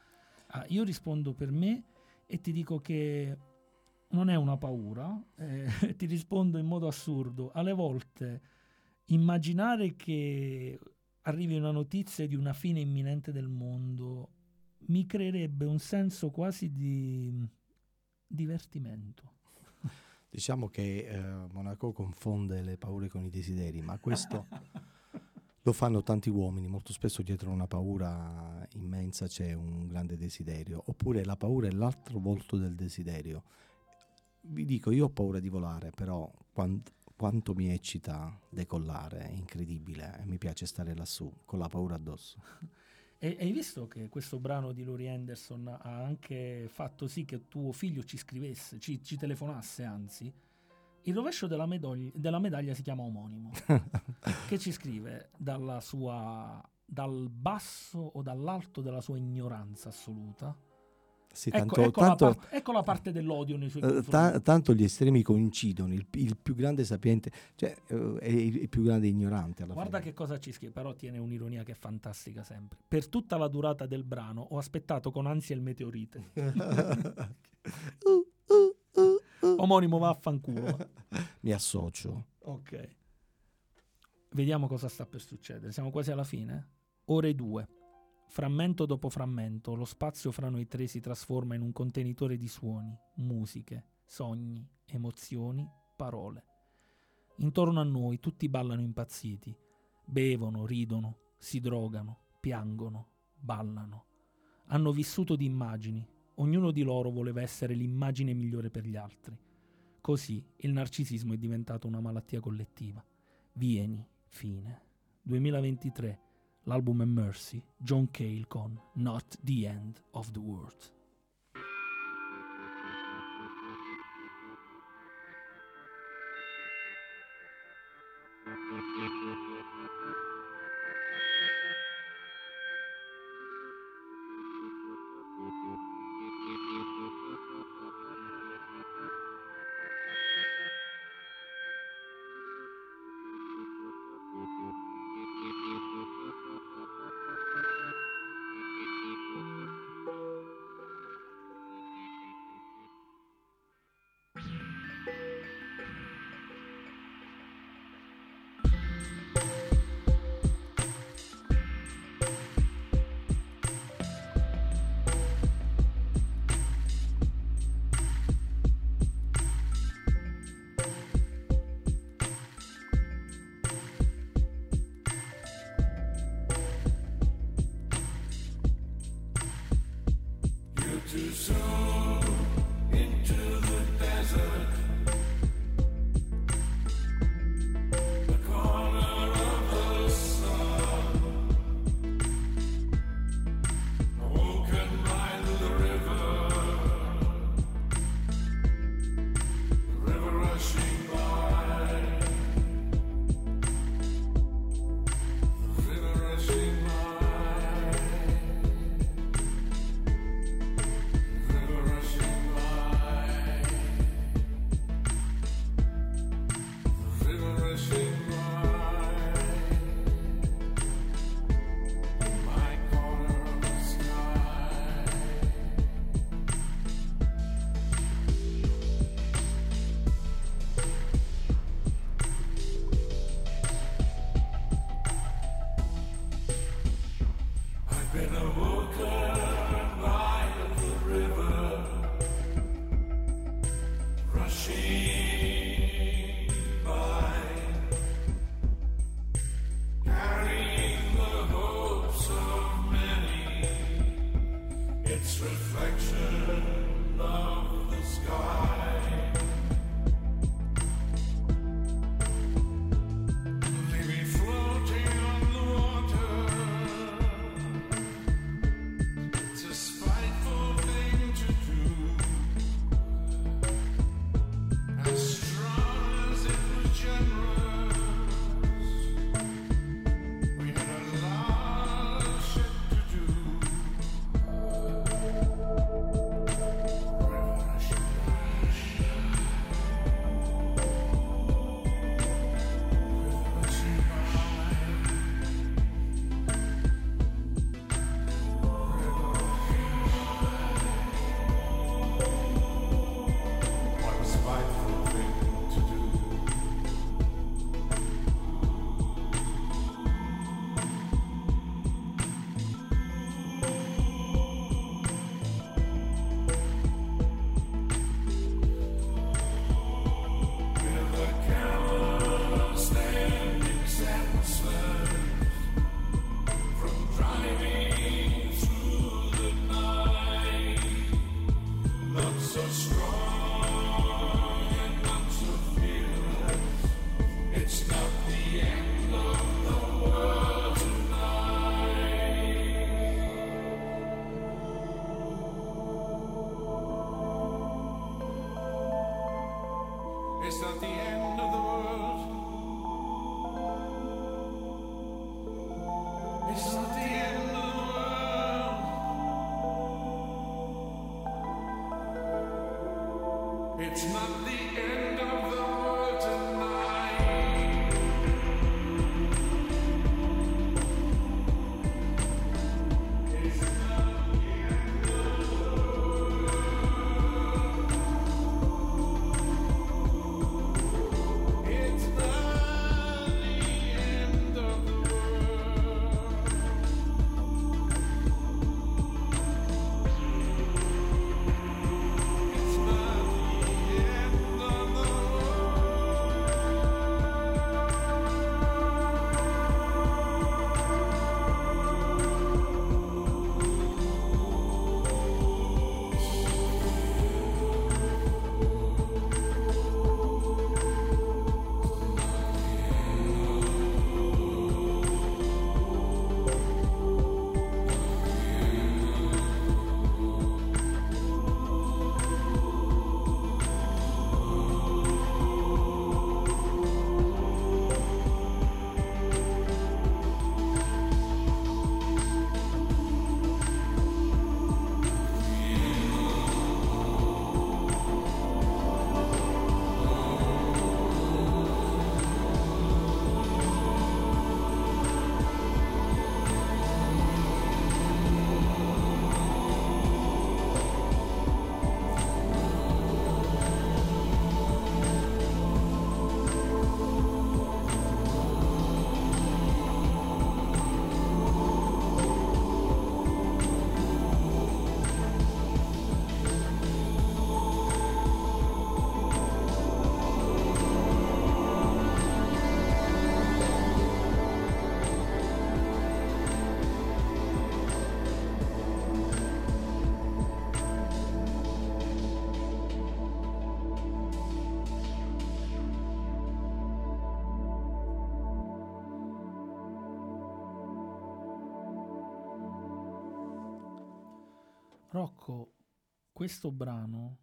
Io rispondo per me e ti dico che non è una paura, ti rispondo in modo assurdo. Alle volte immaginare che arrivi una notizia di una fine imminente del mondo mi creerebbe un senso quasi di divertimento. Diciamo che Monaco confonde le paure con i desideri, ma questo lo fanno tanti uomini. Molto spesso dietro una paura immensa c'è un grande desiderio, oppure la paura è l'altro volto del desiderio. Vi dico, io ho paura di volare, però quanto mi eccita decollare, è incredibile, e mi piace stare lassù con la paura addosso. E hai visto che questo brano di Laurie Anderson ha anche fatto sì che tuo figlio ci scrivesse, ci telefonasse, anzi? Il rovescio della medaglia si chiama omonimo, che ci scrive dal basso o dall'alto della sua ignoranza assoluta. Sì, ecco la parte dell'odio nei suoi confronti. Tanto gli estremi coincidono, il più grande sapiente, cioè è il più grande ignorante alla Guarda fine. che cosa ci scrive, però tiene un'ironia che è fantastica sempre. Per tutta la durata del brano ho aspettato con ansia il meteorite. Omonimo, vaffanculo. Mi associo. Ok. Vediamo cosa sta per succedere. Siamo quasi alla fine. Ore 2. Frammento dopo frammento, lo spazio fra noi tre si trasforma in un contenitore di suoni, musiche, sogni, emozioni, parole. Intorno a noi tutti ballano impazziti, bevono, ridono, si drogano, piangono, ballano. Hanno vissuto di immagini, ognuno di loro voleva essere l'immagine migliore per gli altri. Così il narcisismo è diventato una malattia collettiva. Vieni, fine. 2023. L'album è Mercy, John Cale con Not the End of the World. Too soon into the desert, the corner of the sun, awoken by the river rushing by, the river rushing by. River not the end of the world. It's not the end of the world. It's not the end of the world tonight. It's not the end of the world. It's not the end of the It's not the end of the Rocco, questo brano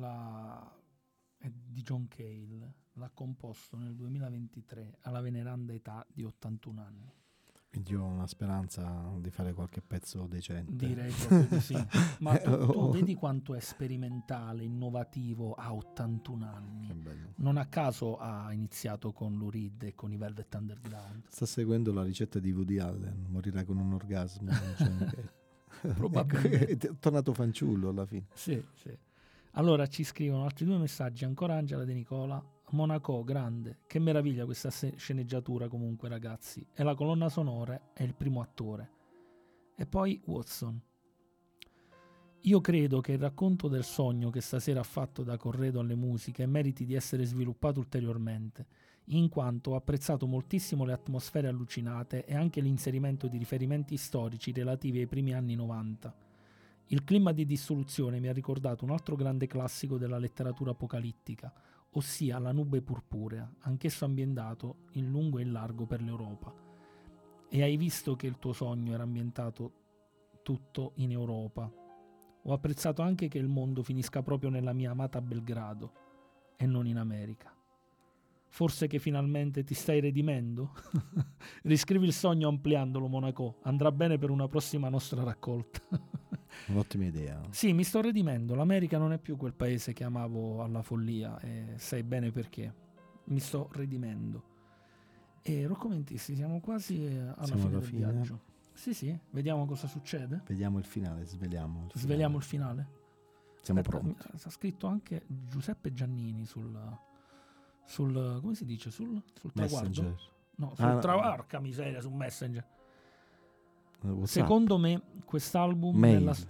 è di John Cale, l'ha composto nel 2023 alla veneranda età di 81 anni. Quindi ho una speranza di fare qualche pezzo decente. Direi proprio di sì. Ma tu vedi quanto è sperimentale, innovativo a 81 anni. Che bello. Non a caso ha iniziato con Lou Reed e con i Velvet Underground. Sta seguendo la ricetta di Woody Allen, morirà con un orgasmo. Probabilmente. È tornato fanciullo alla fine. Sì, sì. Allora ci scrivono altri 2 messaggi, ancora Angela De Nicola. Monaco, grande, che meraviglia questa sceneggiatura comunque ragazzi, è la colonna sonora, è il primo attore. E poi Watson. Io credo che il racconto del sogno che stasera ha fatto da corredo alle musiche meriti di essere sviluppato ulteriormente, in quanto ho apprezzato moltissimo le atmosfere allucinate e anche l'inserimento di riferimenti storici relativi ai primi anni 90. Il clima di dissoluzione mi ha ricordato un altro grande classico della letteratura apocalittica, ossia La nube purpurea, anch'esso ambientato in lungo e in largo per l'Europa. E hai visto che il tuo sogno era ambientato tutto in Europa. Ho apprezzato anche che il mondo finisca proprio nella mia amata Belgrado e non in America. Forse che finalmente ti stai redimendo? Riscrivi il sogno ampliandolo, Monaco. Andrà bene per una prossima nostra raccolta. Un'ottima idea. Sì, mi sto redimendo. L'America non è più quel paese che amavo alla follia e sai bene perché. Mi sto redimendo. E Rocco Mentissi, siamo quasi alla fine del viaggio. Sì, sì, vediamo cosa succede. Vediamo il finale, sveliamo il finale. Sveliamo il finale. Siamo Aspetta, pronti. ha scritto anche Giuseppe Giannini sul come si dice? Sul traguardo? Messenger. No, sul porca miseria, su Messenger. WhatsApp. Secondo me quest'album Mail. non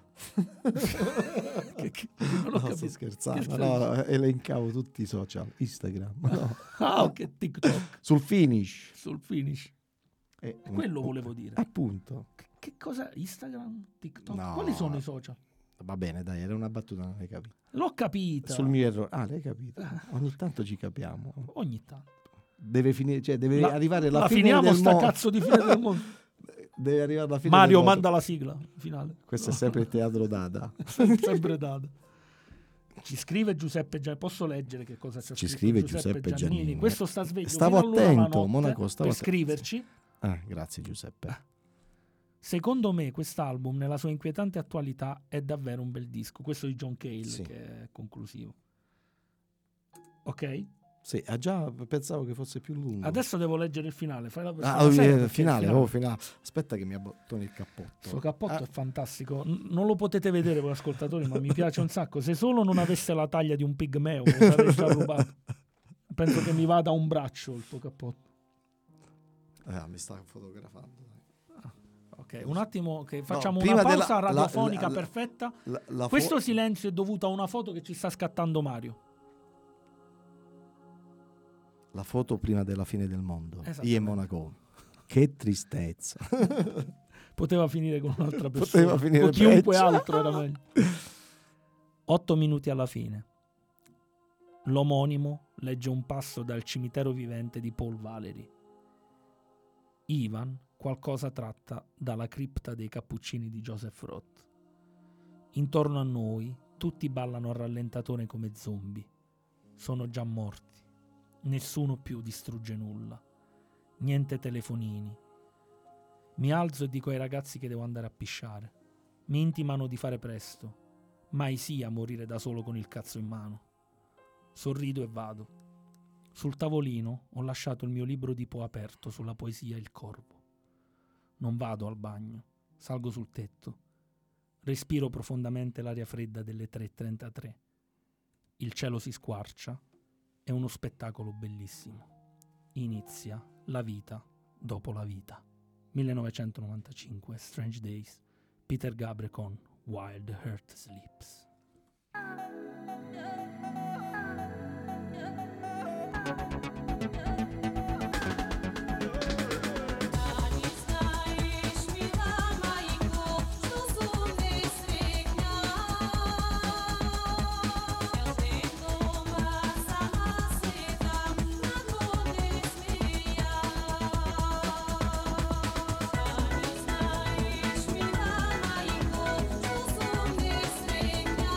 ho No, capito. sto scherzando. Che No, elencavo tutti i social. Instagram. No. Ah, ok, TikTok. Sul finish. Sul finish. Quello volevo dire. Appunto. Che cosa? Instagram? TikTok? No. Quali sono i social? Va bene, dai, era una battuta, non l'hai capito. L'ho capita. Sul mio errore. Ah, l'hai capito. Ogni tanto ci capiamo. Ogni tanto. Deve finire, cioè deve arrivare la fine finiamo del sta mondo. cazzo di fine del mondo. Deve arrivare la fine Mario del mondo. manda la sigla finale. Questo è sempre il teatro Dada. Sempre Dada. Ci scrive Giuseppe Giannini. Posso leggere che cosa c'è Ci scritto? scrive Giuseppe Giannini. Questo sta sveglio Stavo fino all'una la attento, notte Monaco, stavo per attento. scriverci. Grazie Giuseppe. Secondo me quest'album nella sua inquietante attualità è davvero un bel disco. Questo di John Cale, Sì. che è conclusivo. Ok? Sì, già pensavo che fosse più lungo. Adesso devo leggere il finale. Fai la finale. Aspetta che mi abbottoni il cappotto. Questo cappotto è fantastico. Non lo potete vedere voi ascoltatori, ma mi piace un sacco. Se solo non avesse la taglia di un pigmeo, me lo sarei già rubato. Penso che mi vada a un braccio il tuo cappotto. Mi sta fotografando. Ok, un attimo che facciamo prima una pausa della- radiofonica perfetta. La Questo silenzio è dovuto a una foto che ci sta scattando Mario. La foto prima della fine del mondo. Esattamente. Io e Monaco. Che tristezza. Poteva finire con un'altra persona. Poteva finire con chiunque peggio. altro era meglio. 8 minuti alla fine. L'omonimo legge un passo dal cimitero vivente di Paul Valéry. Ivan qualcosa tratta dalla cripta dei cappuccini di Joseph Roth. Intorno a noi tutti ballano a rallentatore come zombie. Sono già morti. Nessuno più distrugge nulla. Niente telefonini. Mi alzo e dico ai ragazzi che devo andare a pisciare. Mi intimano di fare presto. Mai sia morire da solo con il cazzo in mano. Sorrido e vado. Sul tavolino ho lasciato il mio libro di Poe aperto sulla poesia Il Corvo. Non vado al bagno. Salgo sul tetto. Respiro profondamente l'aria fredda delle 3:33. Il cielo si squarcia. È uno spettacolo bellissimo. Inizia la vita dopo la vita. 1995, Strange Days, Peter Gabriel con While the Heart Sleeps. Thank you.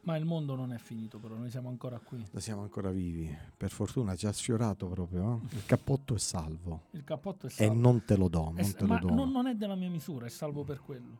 Ma il mondo non è finito, però noi siamo ancora qui. Siamo ancora vivi. Per fortuna ci ha sfiorato proprio. Il cappotto è salvo. Il cappotto è E salvo. non te lo do, non te ma lo do. non è della mia misura, è salvo per quello.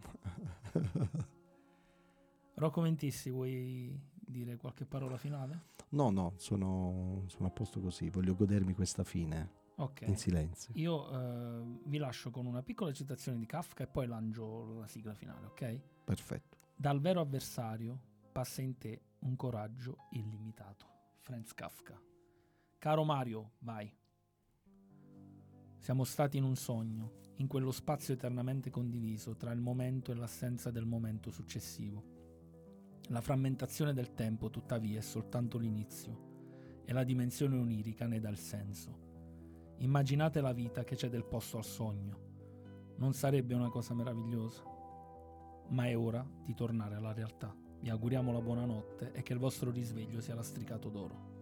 Rocco Ventissi, vuoi dire qualche parola finale? No, sono a posto così. Voglio godermi questa fine Ok. in silenzio. Io vi lascio con una piccola citazione di Kafka e poi lancio la sigla finale, ok? Perfetto. Dal vero avversario passa in te un coraggio illimitato. Franz Kafka. Caro Mario, vai. Siamo stati in un sogno, in quello spazio eternamente condiviso tra il momento e l'assenza del momento successivo. La frammentazione del tempo, tuttavia, è soltanto l'inizio e la dimensione onirica ne dà il senso. Immaginate la vita che cede il posto al sogno. Non sarebbe una cosa meravigliosa? Ma è ora di tornare alla realtà. Vi auguriamo la buonanotte e che il vostro risveglio sia lastricato d'oro.